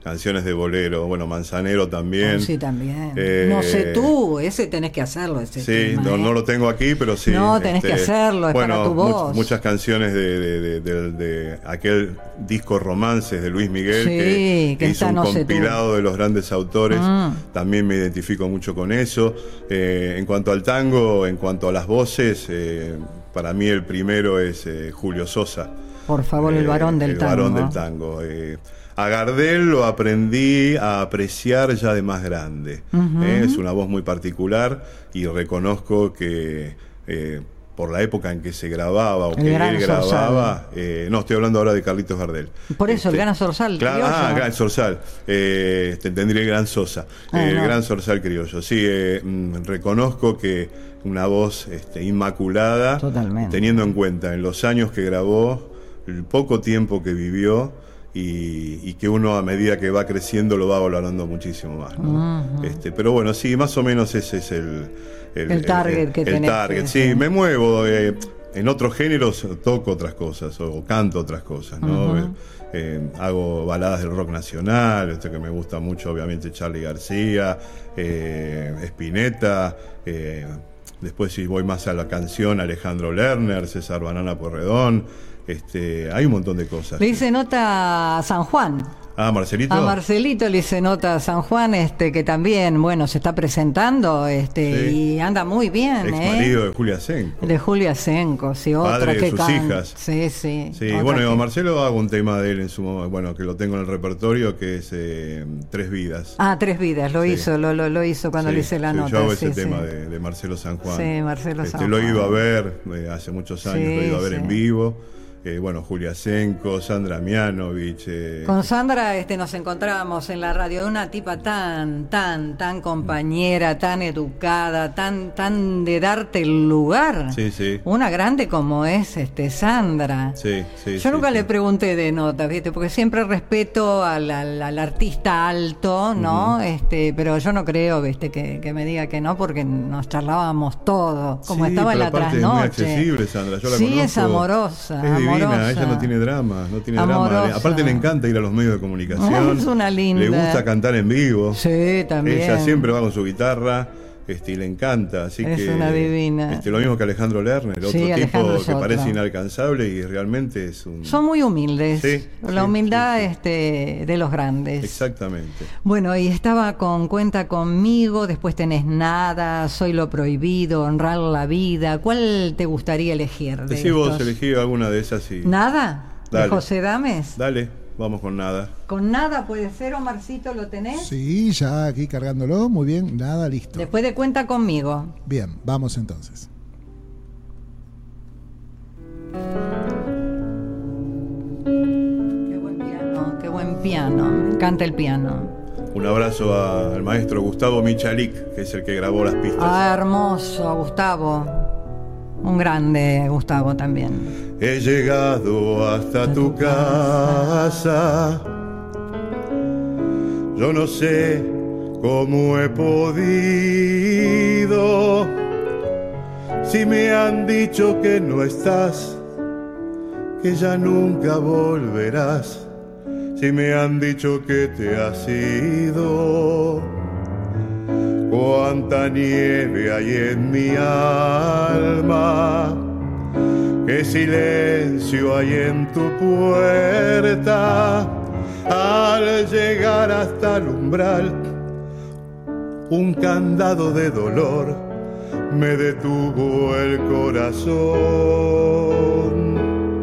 canciones de bolero, bueno, Manzanero también. Oh, sí, también. Eh, no sé tú, ese tenés que hacerlo. Ese sí, tema, no, ¿eh? no lo tengo aquí, pero sí. No, tenés este, que hacerlo, es bueno, para tu voz. Much, muchas canciones de, de, de, de, de aquel disco Romances de Luis Miguel, Sí, que, que hizo está, un no sé tú. compilado de los grandes autores. Mm. También me identifico mucho con eso. Eh, en cuanto al tango, en cuanto a las voces, eh, para mí el primero es eh, Julio Sosa. Por favor, el varón del el tango. varón del tango. Eh, a Gardel lo aprendí a apreciar ya de más grande. Uh-huh. Eh, es una voz muy particular y reconozco que eh, por la época en que se grababa o el que gran él grababa, eh, no, estoy hablando ahora de Carlitos Gardel. Por eso, este, el gran Zorzal claro, criollo. Ah, gran Zorzal. Eh, te tendría el gran Sosa. Ah, eh, no. El gran Zorzal criollo. Sí, eh, mm, reconozco que una voz este, inmaculada, Totalmente. teniendo en cuenta en los años que grabó, el poco tiempo que vivió y, y que uno a medida que va creciendo lo va valorando muchísimo más, ¿no? Uh-huh. este, pero bueno, sí, más o menos ese es el, El target que el tenés, target, sí, sí, sí. me muevo. Eh, en otros géneros toco otras cosas o, o canto otras cosas, ¿no? Uh-huh. Eh, eh, hago baladas del rock nacional, este que me gusta mucho, obviamente, Charly García, eh, Spinetta. Eh, después, si voy más a la canción, Alejandro Lerner, César Banana Porredón. Este, hay un montón de cosas. Le hice nota a San Juan. Ah, Marcelito. A Marcelito le hice nota a San Juan, este, que también, bueno, se está presentando, este, Sí. y anda muy bien, Ex ¿eh? marido de Julia Senco. De Julia Senco, sí, otra Padre de que sus can- hijas. Sí, sí. Sí, otra bueno, que- yo a Marcelo hago un tema de él en su momento, bueno, que lo tengo en el repertorio, que es eh, Tres Vidas. Ah, Tres Vidas, lo Sí. hizo, lo, lo, lo hizo cuando Sí, le hice la sí, nota. Yo hago sí, ese sí. tema de, de Marcelo San Juan. Sí, Marcelo Este, San Lo he ido a Juan. ver eh, hace muchos años, Sí, lo he ido a ver sí. en vivo. Eh, bueno, Julia Senco, Sandra Mianovich. Eh, Con Sandra este, nos encontrábamos en la radio, una tipa tan, tan, tan compañera, tan educada, tan, tan de darte el lugar. Sí, sí. Una grande como es este Sandra. Sí, sí, Yo sí, nunca sí. le pregunté de notas, ¿viste? Porque siempre respeto al, al, al artista alto, ¿no? Ujú. Este, pero yo no creo, ¿viste? Que, que me diga que no, porque nos charlábamos todo, como Sí, estaba en pero la aparte es muy trasnoche. accesible, Sandra. Yo la sí, conozco. es amorosa. Es divina, amorosa. ella no tiene drama, no tiene Amorosa. drama. Aparte le encanta ir a los medios de comunicación. Es una linda. Le gusta cantar en vivo. Sí, también. Ella siempre va con su guitarra. Este, y le encanta, así Es que una divina. Este, lo mismo que Alejandro Lerner, otro Sí, Alejandro tipo es que otro. parece inalcanzable y realmente es un... Son muy humildes. Sí, la sí, humildad sí, sí. Este, de los grandes. Exactamente. Bueno, y estaba con Cuenta conmigo, después tenés Nada, Soy lo prohibido, Honrar la vida. ¿Cuál te gustaría elegir? De Decí vos, estos? elegí alguna de esas y... ¿Nada? Dale. ¿De José Dames? Dale, vamos con Nada. ¿Con Nada puede ser, Omarcito? ¿Lo tenés? Sí, ya aquí cargándolo, muy bien, nada, listo. Después de Cuenta conmigo. Bien, vamos entonces. Qué buen piano, qué buen piano. Me encanta el piano. Un abrazo a- al maestro Gustavo Michalik, que es el que grabó las pistas. Ah, hermoso, Gustavo. Un grande Gustavo también. He llegado hasta tu casa. Yo no sé cómo he podido. Si me han dicho que no estás, que ya nunca volverás. Si me han dicho que te has ido. Cuánta nieve hay en mi alma. Qué silencio hay en tu puerta. Al llegar hasta el umbral, un candado de dolor me detuvo el corazón.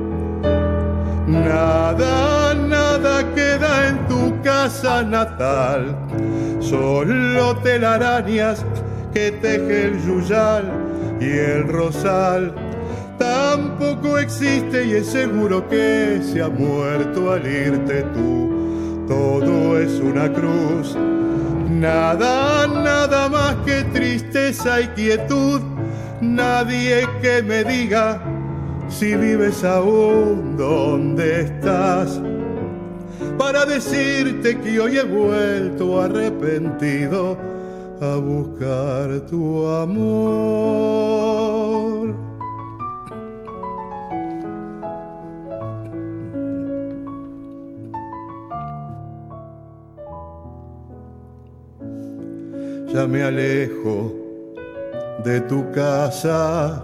Nada, nada queda en tu casa natal, solo telarañas que teje el yuyal y el rosal. Tampoco existe y es seguro que se ha muerto al irte tú. Todo es una cruz, nada, nada más que tristeza y quietud. Nadie que me diga si vives aún donde estás, para decirte que hoy he vuelto arrepentido a buscar tu amor. ya me alejo de tu casa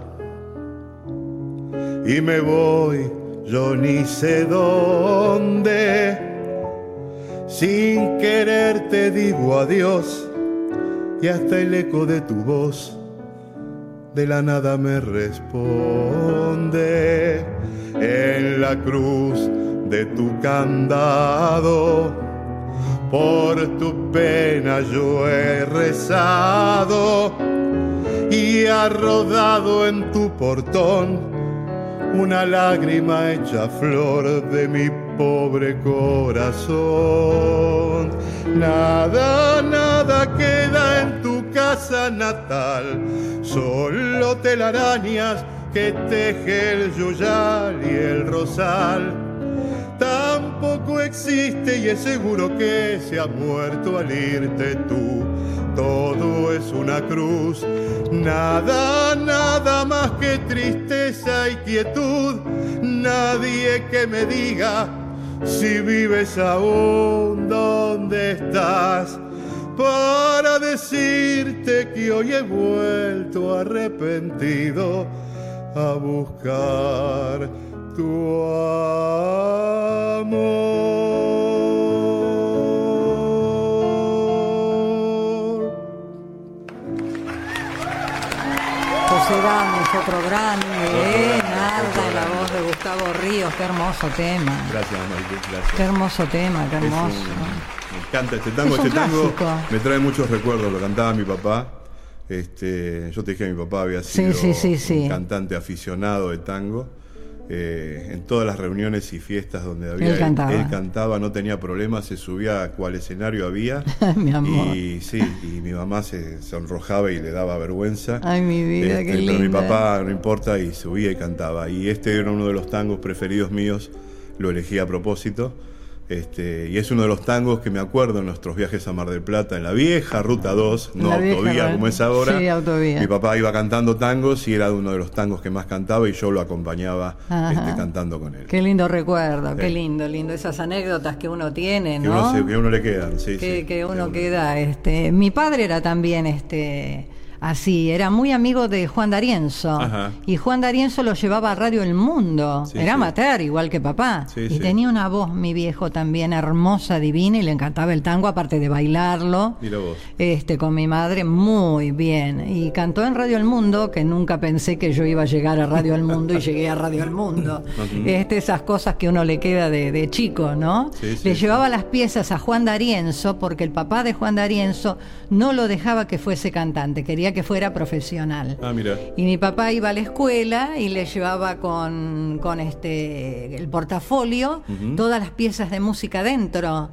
y me voy, yo ni sé dónde. Sin querer te digo adiós y hasta el eco de tu voz de la nada me responde. En la cruz de tu candado por tu pena yo he rezado y ha rodado en tu portón una lágrima hecha flor de mi pobre corazón. Nada, nada queda en tu casa natal, solo telarañas que teje el yuyal y el rosal. Tampoco existe y es seguro que se ha muerto al irte tú. Todo es una cruz, nada, nada más que tristeza y quietud. Nadie que me diga si vives aún donde estás, para decirte que hoy he vuelto arrepentido a buscar tu amor. José Gámez, otro grande, ¿eh? Narda, la voz de Gustavo Ríos, qué hermoso tema. Gracias, Maite, gracias. Qué hermoso tema, qué hermoso. Un, me encanta este tango, es este tango clásico. Me trae muchos recuerdos, lo cantaba mi papá. Este, yo te dije que mi papá había sido sí, sí, sí, sí. un cantante aficionado de tango. Eh, en todas las reuniones y fiestas donde había él cantaba, él, él cantaba, no tenía problemas, se subía a cual escenario había. Mi amor. Y sí, y mi mamá se sonrojaba y le daba vergüenza. Ay, mi vida, este, qué linda. Pero mi papá, no importa, y subía y cantaba. Y este era uno de los tangos preferidos míos, lo elegí a propósito. Este, y es uno de los tangos que me acuerdo en nuestros viajes a Mar del Plata, en la vieja Ruta dos, no la autovía vieja, como es ahora. Sí, autovía. Mi papá iba cantando tangos y era uno de los tangos que más cantaba y yo lo acompañaba este, cantando con él. Qué lindo recuerdo, sí. Qué lindo, lindo. Esas anécdotas que uno tiene, que ¿no? Uno se, que a uno le quedan, sí, que, sí. Que uno que queda, este... Mi padre era también, este... así, era muy amigo de Juan D'Arienzo. Ajá. Y Juan D'Arienzo lo llevaba a Radio El Mundo. Sí, era sí. amateur, igual que papá. Sí, y sí. tenía una voz, mi viejo, también hermosa, divina, y le encantaba el tango, aparte de bailarlo. Mira vos. Este, con mi madre, muy bien. Y cantó en Radio El Mundo, que nunca pensé que yo iba a llegar a Radio El Mundo, y llegué a Radio El Mundo. Uh-huh. este, esas cosas que uno le queda de, de chico, ¿no? Sí, sí, le sí. llevaba las piezas a Juan D'Arienzo, porque el papá de Juan D'Arienzo no lo dejaba que fuese cantante, quería que fuera profesional. Ah, mira. Y mi papá iba a la escuela y le llevaba con, con este el portafolio Uh-huh. todas las piezas de música dentro.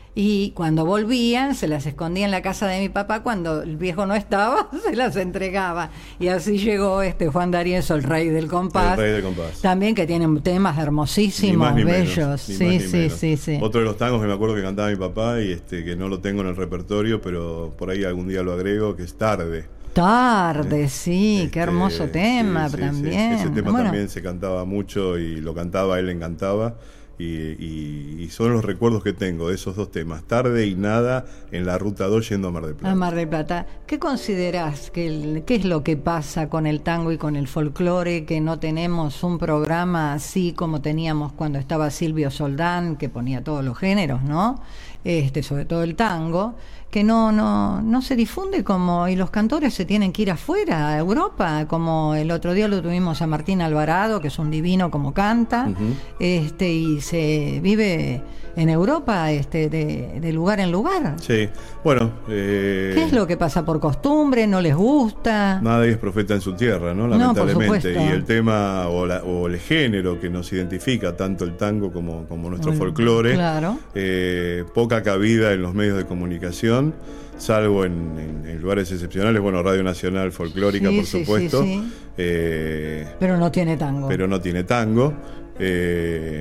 Y cuando volvían, se las escondía en la casa de mi papá. Cuando el viejo no estaba, se las entregaba. Y así llegó este Juan D'Arienzo, el rey del compás. El rey del compás. También, que tiene temas hermosísimos, Ni más ni bellos. menos, ni sí, más ni sí, menos. sí, sí. Otro de los tangos que me acuerdo que cantaba mi papá y este que no lo tengo en el repertorio, pero por ahí algún día lo agrego, que es Tarde. Tarde, sí, Este, qué hermoso tema sí, sí, también. sí. Ese tema Bueno, también se cantaba mucho y lo cantaba, a él le encantaba. Y, y, y son los recuerdos que tengo de esos dos temas, Tarde y Nada, en la Ruta dos yendo a Mar del Plata. a Mar del Plata. ¿Qué considerás que el, qué es lo que pasa con el tango y con el folclore, que no tenemos un programa así como teníamos cuando estaba Silvio Soldán, que ponía todos los géneros, ¿no? Este, sobre todo el tango, que no no no se difunde como, y los cantores se tienen que ir afuera, a Europa, como el otro día lo tuvimos a Martín Alvarado, que es un divino como canta, Uh-huh. este y se vive en Europa, este de, de lugar en lugar. Sí, bueno. Eh, ¿Qué es lo que pasa? ¿Por costumbre? ¿No les gusta? Nadie es profeta en su tierra, ¿no? No, por Lamentablemente. supuesto. Y el tema o, la, o el género que nos identifica, tanto el tango como, como nuestro Bueno, folclore, claro. eh, poca cabida en los medios de comunicación, salvo en, en, en lugares excepcionales, bueno, Radio Nacional Folclórica, Sí, por sí, supuesto, sí, sí. Eh, Pero no tiene tango. pero no tiene tango. Eh,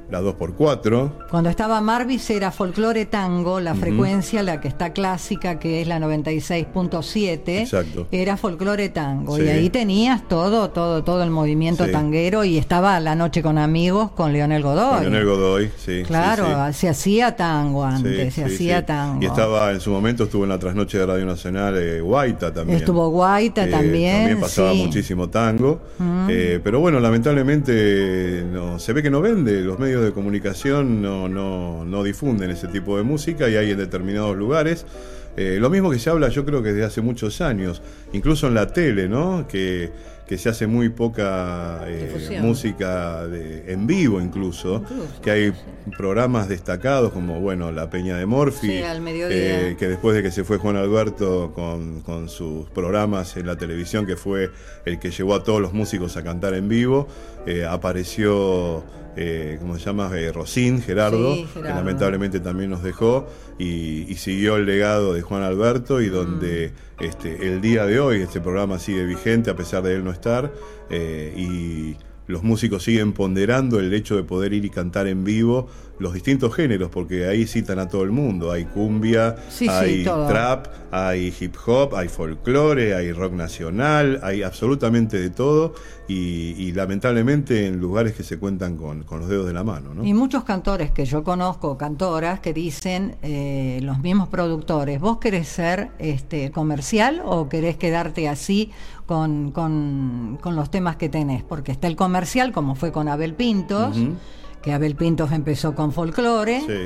la dos por cuatro. Cuando estaba Marvis era folclore tango, la Uh-huh. frecuencia, la que está clásica, que es la noventa y seis punto siete, Exacto. era folclore tango. Sí. Y ahí tenías todo, todo, todo el movimiento Sí. tanguero, y estaba La Noche con Amigos con Leonel Godoy. Con Leonel Godoy, sí. Claro, sí, sí. se hacía tango antes, Sí, se sí, hacía sí. tango. Y estaba, en su momento estuvo en la trasnoche de Radio Nacional eh, Guaita también. Estuvo Guaita Eh, también. También pasaba sí. muchísimo tango. Mm. Eh, pero bueno, lamentablemente no, se ve que no vende. Los medios de comunicación no, no, no difunden ese tipo de música, y hay en determinados lugares. Eh, lo mismo que se habla, yo creo que desde hace muchos años, incluso en la tele, ¿no? Que, que se hace muy poca eh, Difusión. música de, en vivo incluso, Incluso, que hay sí. programas destacados como, bueno, La Peña de Morphy, Sí, al mediodía. eh, que después de que se fue Juan Alberto con, con sus programas en la televisión, que fue el que llevó a todos los músicos a cantar en vivo, eh, apareció, eh, ¿cómo se llama? Eh, Rosín, Gerardo, Sí, Gerardo. que lamentablemente también nos dejó, y, y siguió el legado de Juan Alberto, y donde Mm. este, el día de hoy este programa sigue vigente a pesar de él no estar, eh, y los músicos siguen ponderando el hecho de poder ir y cantar en vivo los distintos géneros, porque ahí citan a todo el mundo. Hay cumbia, Sí, sí, hay todo. trap, hay hip hop, hay folclore, hay rock nacional, hay absolutamente de todo, y, y lamentablemente en lugares que se cuentan con, con los dedos de la mano, ¿no? Y muchos cantores que yo conozco, cantoras, que dicen, eh, los mismos productores, ¿vos querés ser este, comercial o querés quedarte así con, con, con los temas que tenés? Porque está el comercial, como fue con Abel Pintos, Ujú. que Abel Pintos empezó con folclore, Sí.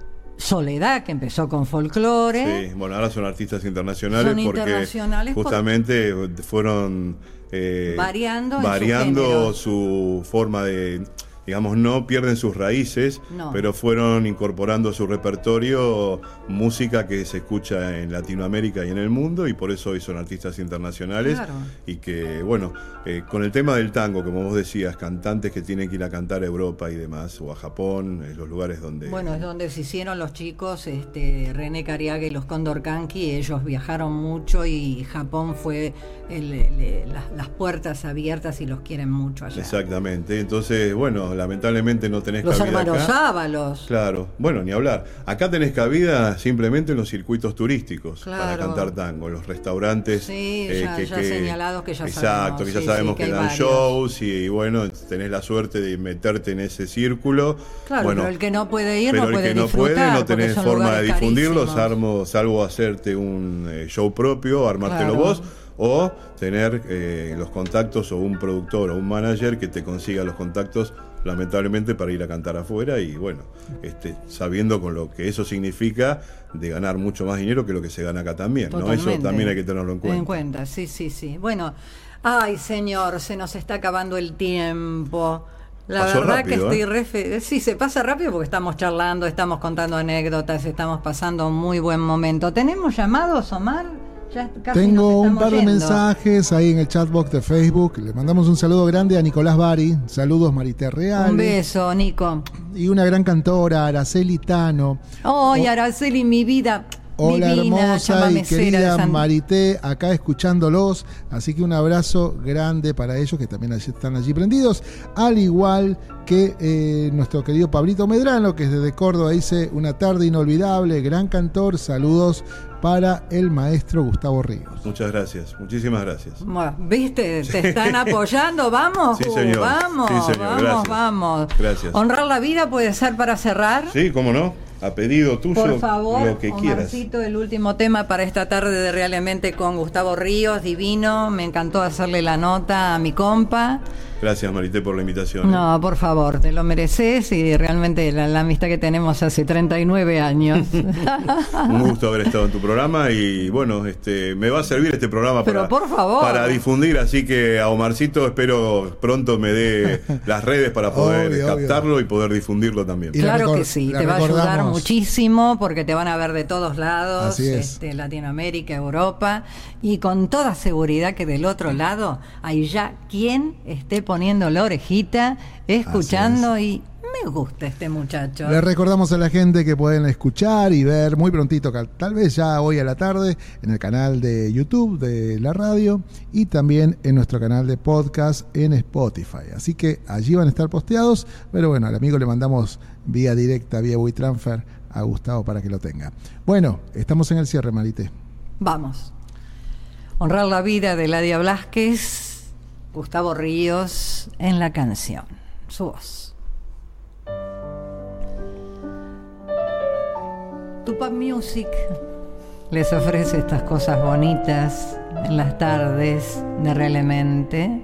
Soledad, que empezó con folclore. Sí, bueno, ahora son artistas internacionales Son porque internacionales por- justamente fueron eh, Variando en su variando género. su forma de, digamos, no pierden sus raíces, No. pero fueron incorporando a su repertorio música que se escucha en Latinoamérica y en el mundo, y por eso hoy son artistas internacionales. Claro. Y que, bueno, eh, con el tema del tango, como vos decías, cantantes que tienen que ir a cantar a Europa y demás, o a Japón, en los lugares donde... Bueno, es donde se hicieron los chicos, este, René Cariaga y los Cóndor Canqui. Ellos viajaron mucho y Japón fue el- el- las, las puertas abiertas, y los quieren mucho allá. Exactamente, entonces, bueno, lamentablemente no tenés Los cabida hermanos acá. Ábalos. Claro, bueno, ni hablar. Acá tenés cabida simplemente en los circuitos turísticos para Claro. cantar tango, en los restaurantes. Sí, ya- ya señalados que ya exacto, sabemos, que ya sí, sabemos sí, que, que hay dan varios. shows, y, y bueno, tenés la suerte de meterte en ese círculo. Claro, bueno, pero el que no puede ir pero no el puede que no disfrutar, puede, no porque tenés son forma de lugares difundirlo, carísimos. salvo, salvo hacerte un eh, show propio, armártelo Claro. vos, o tener eh, los contactos, o un productor o un manager que te consiga los contactos, lamentablemente, para ir a cantar afuera, y bueno, este, sabiendo con lo que eso significa de ganar mucho más dinero que lo que se gana acá también, ¿no? Eso Totalmente. también hay que tenerlo en cuenta. En cuenta, sí, sí, sí. Bueno, ay, señor, se nos está acabando el tiempo. La Pasó verdad rápido, que estoy ¿eh? re fe- Sí, se pasa rápido porque estamos charlando, estamos contando anécdotas, estamos pasando un muy buen momento. ¿Tenemos llamados, Omar? Ya casi Tengo nos un estamos par de yendo. mensajes ahí en el chatbox de Facebook. Le mandamos un saludo grande a Nicolás Bari. Saludos, Marité Real. Un beso, Nico. Y una gran cantora, Araceli Tano. Ay, Araceli, mi vida. Hola, divina, hermosa y chamamecera de querida San- Marité, acá escuchándolos. Así que un abrazo grande para ellos que también allí- están allí prendidos. Al igual que eh, nuestro querido Pablito Medrano, que desde Córdoba dice: una tarde inolvidable, gran cantor. Saludos para el maestro Gustavo Ríos. Muchas gracias, muchísimas gracias. Bueno, ¿viste? Te están apoyando. Vamos, Sí, Ju, señor. vamos, Sí, señor. vamos, Gracias. vamos. Gracias. Honrar la vida puede ser para cerrar. Sí, cómo no, a pedido tuyo, Por favor, lo que quieras. Omarcito, el último tema para esta tarde de Realmente con Gustavo Ríos, divino. Me encantó hacerle la nota a mi compa. Gracias, Marité, por la invitación. No, por favor, te lo mereces, y realmente la, la amistad que tenemos hace treinta y nueve años. Un gusto haber estado en tu programa, y bueno, este, me va a servir este programa Pero para, por favor. para difundir, así que a Omarcito espero pronto me dé las redes para poder Obvio, captarlo y poder difundirlo también. Y la Claro recor- que sí, la te va a ayudar recordamos. muchísimo porque te van a ver de todos lados, Así es. este, Latinoamérica, Europa, y con toda seguridad que del otro lado hay ya quien esté poniendo la orejita, escuchando y Me gusta este muchacho. Le recordamos a la gente que pueden escuchar y ver muy prontito, tal vez ya hoy a la tarde, en el canal de YouTube de la radio y también en nuestro canal de podcast en Spotify. Así que allí van a estar posteados, pero bueno, al amigo le mandamos vía directa, vía WeTransfer a Gustavo para que lo tenga. Bueno, estamos en el cierre, Marité. Vamos. Honrar la vida de Eladia Blasquez, Gustavo Ríos en la canción. Su voz. Tupac Music les ofrece estas cosas bonitas en las tardes de Relemente,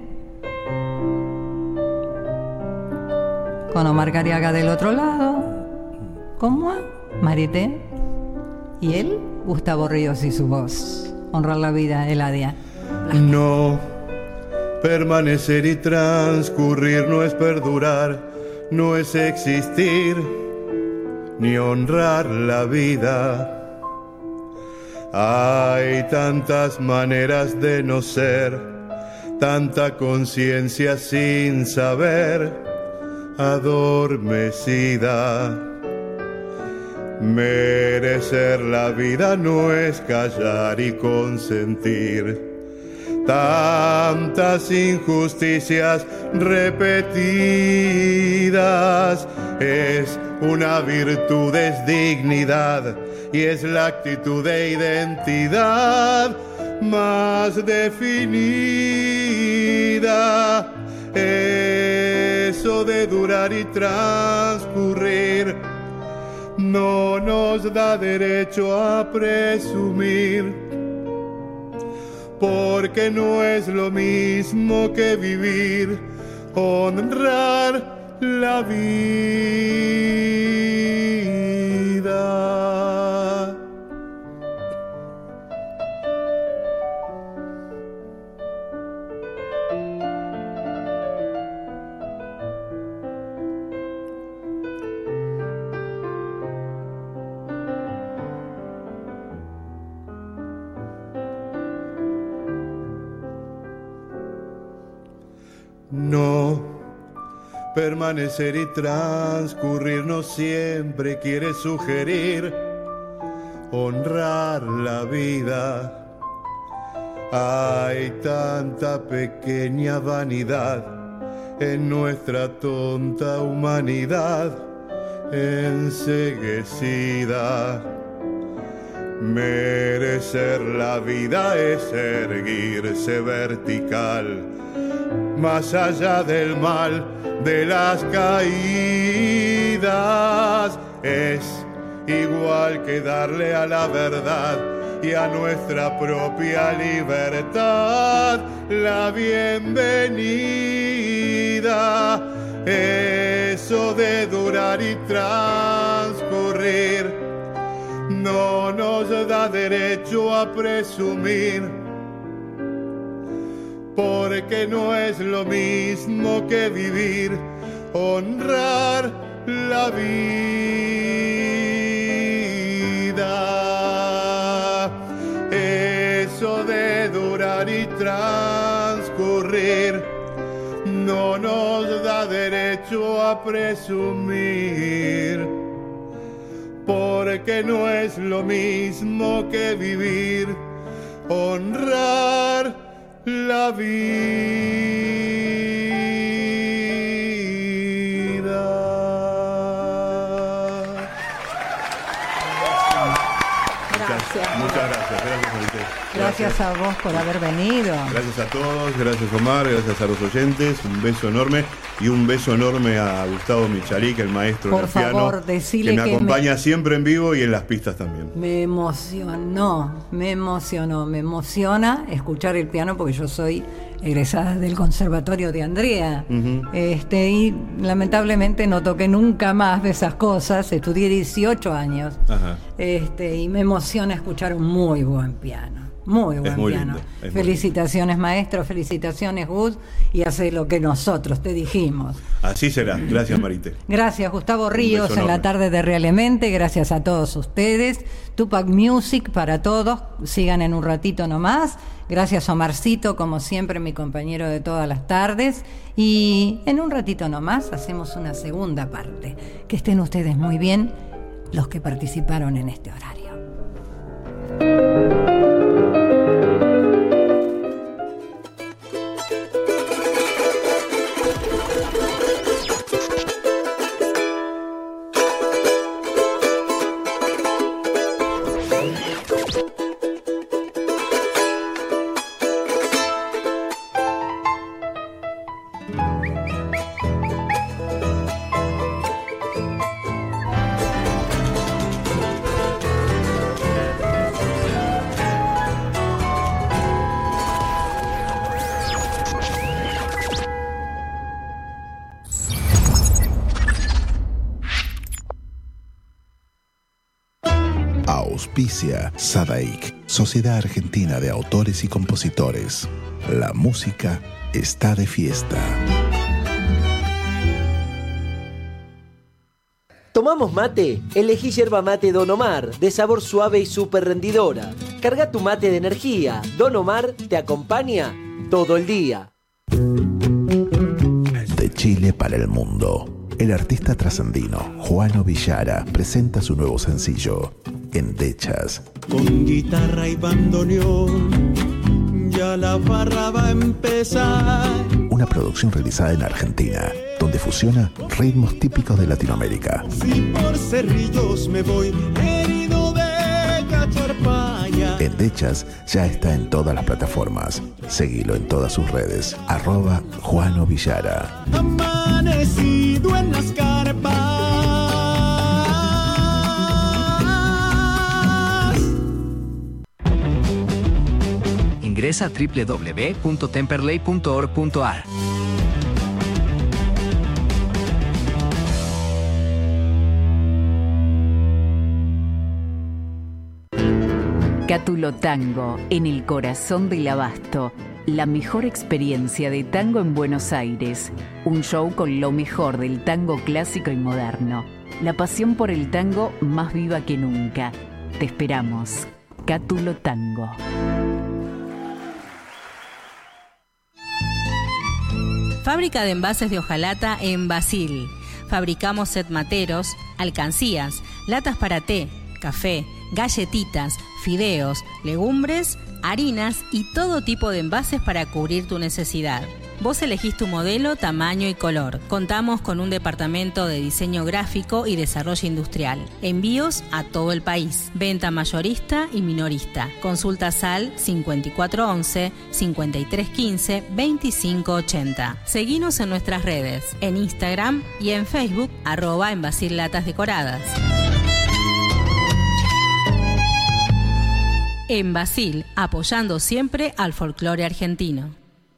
con Omar Cariaga del otro lado, con moi, Marité, y él, Gustavo Ríos y su voz. Honrar la vida, Eladia. No, permanecer y transcurrir no es perdurar, no es existir, ni honrar la vida. Hay tantas maneras de no ser, tanta conciencia sin saber, adormecida. Merecer la vida no es callar y consentir tantas injusticias repetidas. Es una virtud, es dignidad y es la actitud de identidad más definida. Eso de durar y transcurrir no nos da derecho a presumir, porque no es lo mismo que vivir, honrar la vida. No, permanecer y transcurrir no siempre quiere sugerir honrar la vida. Hay tanta pequeña vanidad en nuestra tonta humanidad enceguecida. Merecer la vida es erguirse vertical, más allá del mal de las caídas. Es igual que darle a la verdad y a nuestra propia libertad la bienvenida. Eso de durar y transcurrir no nos da derecho a presumir, porque no es lo mismo que vivir, honrar la vida. Eso de durar y transcurrir no nos da derecho a presumir, porque no es lo mismo que vivir, honrar la vida. Gracias. Muchas gracias. Gracias, Marité. Gracias a vos por haber venido. Gracias a todos, gracias Omar, gracias a los oyentes, un beso enorme y un beso enorme a Gustavo Michalí, el maestro por del favor, piano, decile que me que acompaña me... siempre en vivo y en las pistas también. Me emocionó, me emocionó, me emociona escuchar el piano porque yo soy egresada del Conservatorio de Andrea. Uh-huh. este, y lamentablemente no toqué nunca más de esas cosas, estudié dieciocho años. Ajá. Este, y me emociona escuchar un muy buen piano. Muy buen muy piano. lindo, Felicitaciones, maestro, felicitaciones, Gus, y hace lo que nosotros te dijimos. Así será. Gracias, Marité. Gracias, Gustavo Ríos, en la tarde de Realmente. Gracias a todos ustedes. Tupac Music para todos. Sigan en un ratito nomás. Gracias, Omarcito, como siempre, mi compañero de todas las tardes. Y en un ratito nomás hacemos una segunda parte. Que estén ustedes muy bien, los que participaron en este horario. Auspicia Sadaik, Sociedad Argentina de Autores y Compositores. La música está de fiesta. ¿Tomamos mate? Elegí yerba mate Don Omar, de sabor suave y súper rendidora. Carga tu mate de energía. Don Omar te acompaña todo el día. De Chile para el mundo. El artista trasandino Juano Villara presenta su nuevo sencillo, Endechas. Con guitarra y bandoneón, ya la farra va a empezar. Una producción realizada en Argentina, donde fusiona ritmos típicos de Latinoamérica. Si por Cerrillos me voy herido de cacharpaya. Endechas ya está en todas las plataformas. Seguilo en todas sus redes, arroba Juano Villara. Amanecido en las carpas. Ingresa a doble u doble u doble u punto temperley punto org punto a r. Cátulo Tango, en el corazón del Abasto. La mejor experiencia de tango en Buenos Aires. Un show con lo mejor del tango clásico y moderno. La pasión por el tango más viva que nunca. Te esperamos. Cátulo Tango. Fábrica de envases de hojalata en Basil. Fabricamos set materos, alcancías, latas para té, café, galletitas, fideos, legumbres, harinas y todo tipo de envases para cubrir tu necesidad. Vos elegís tu modelo, tamaño y color. Contamos con un departamento de diseño gráfico y desarrollo industrial. Envíos a todo el país. Venta mayorista y minorista. Consulta al cincuenta y cuatro once, cincuenta y tres quince, veinticinco ochenta. Seguinos en nuestras redes, en Instagram y en Facebook, arroba en Basil Latas Decoradas. En Basil, apoyando siempre al folclore argentino.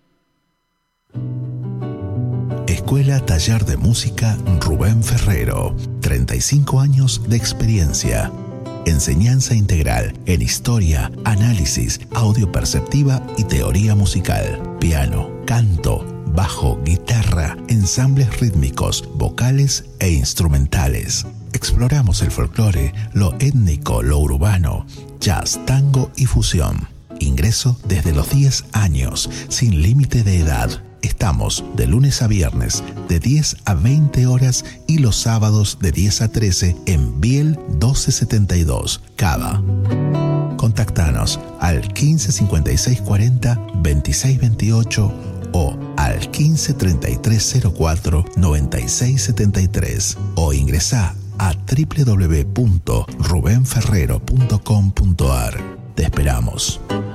Escuela Taller de Música Rubén Ferrero. treinta y cinco años de experiencia. Enseñanza integral en historia, análisis, audio perceptiva y teoría musical. Piano, canto, bajo, guitarra, ensambles rítmicos, vocales e instrumentales. Exploramos el folclore, lo étnico, lo urbano, jazz, tango y fusión. Ingreso desde los diez años, sin límite de edad. Estamos de lunes a viernes de diez a veinte horas y los sábados de diez a trece en Biel doce setenta y dos, Cava. Contactanos al quince cincuenta y seis cuarenta, veintiséis veintiocho o al quince treinta y tres cero cuatro, noventa y seis setenta y tres o ingresá a doble u doble u doble u punto rubén ferrero punto com punto a r. Te esperamos.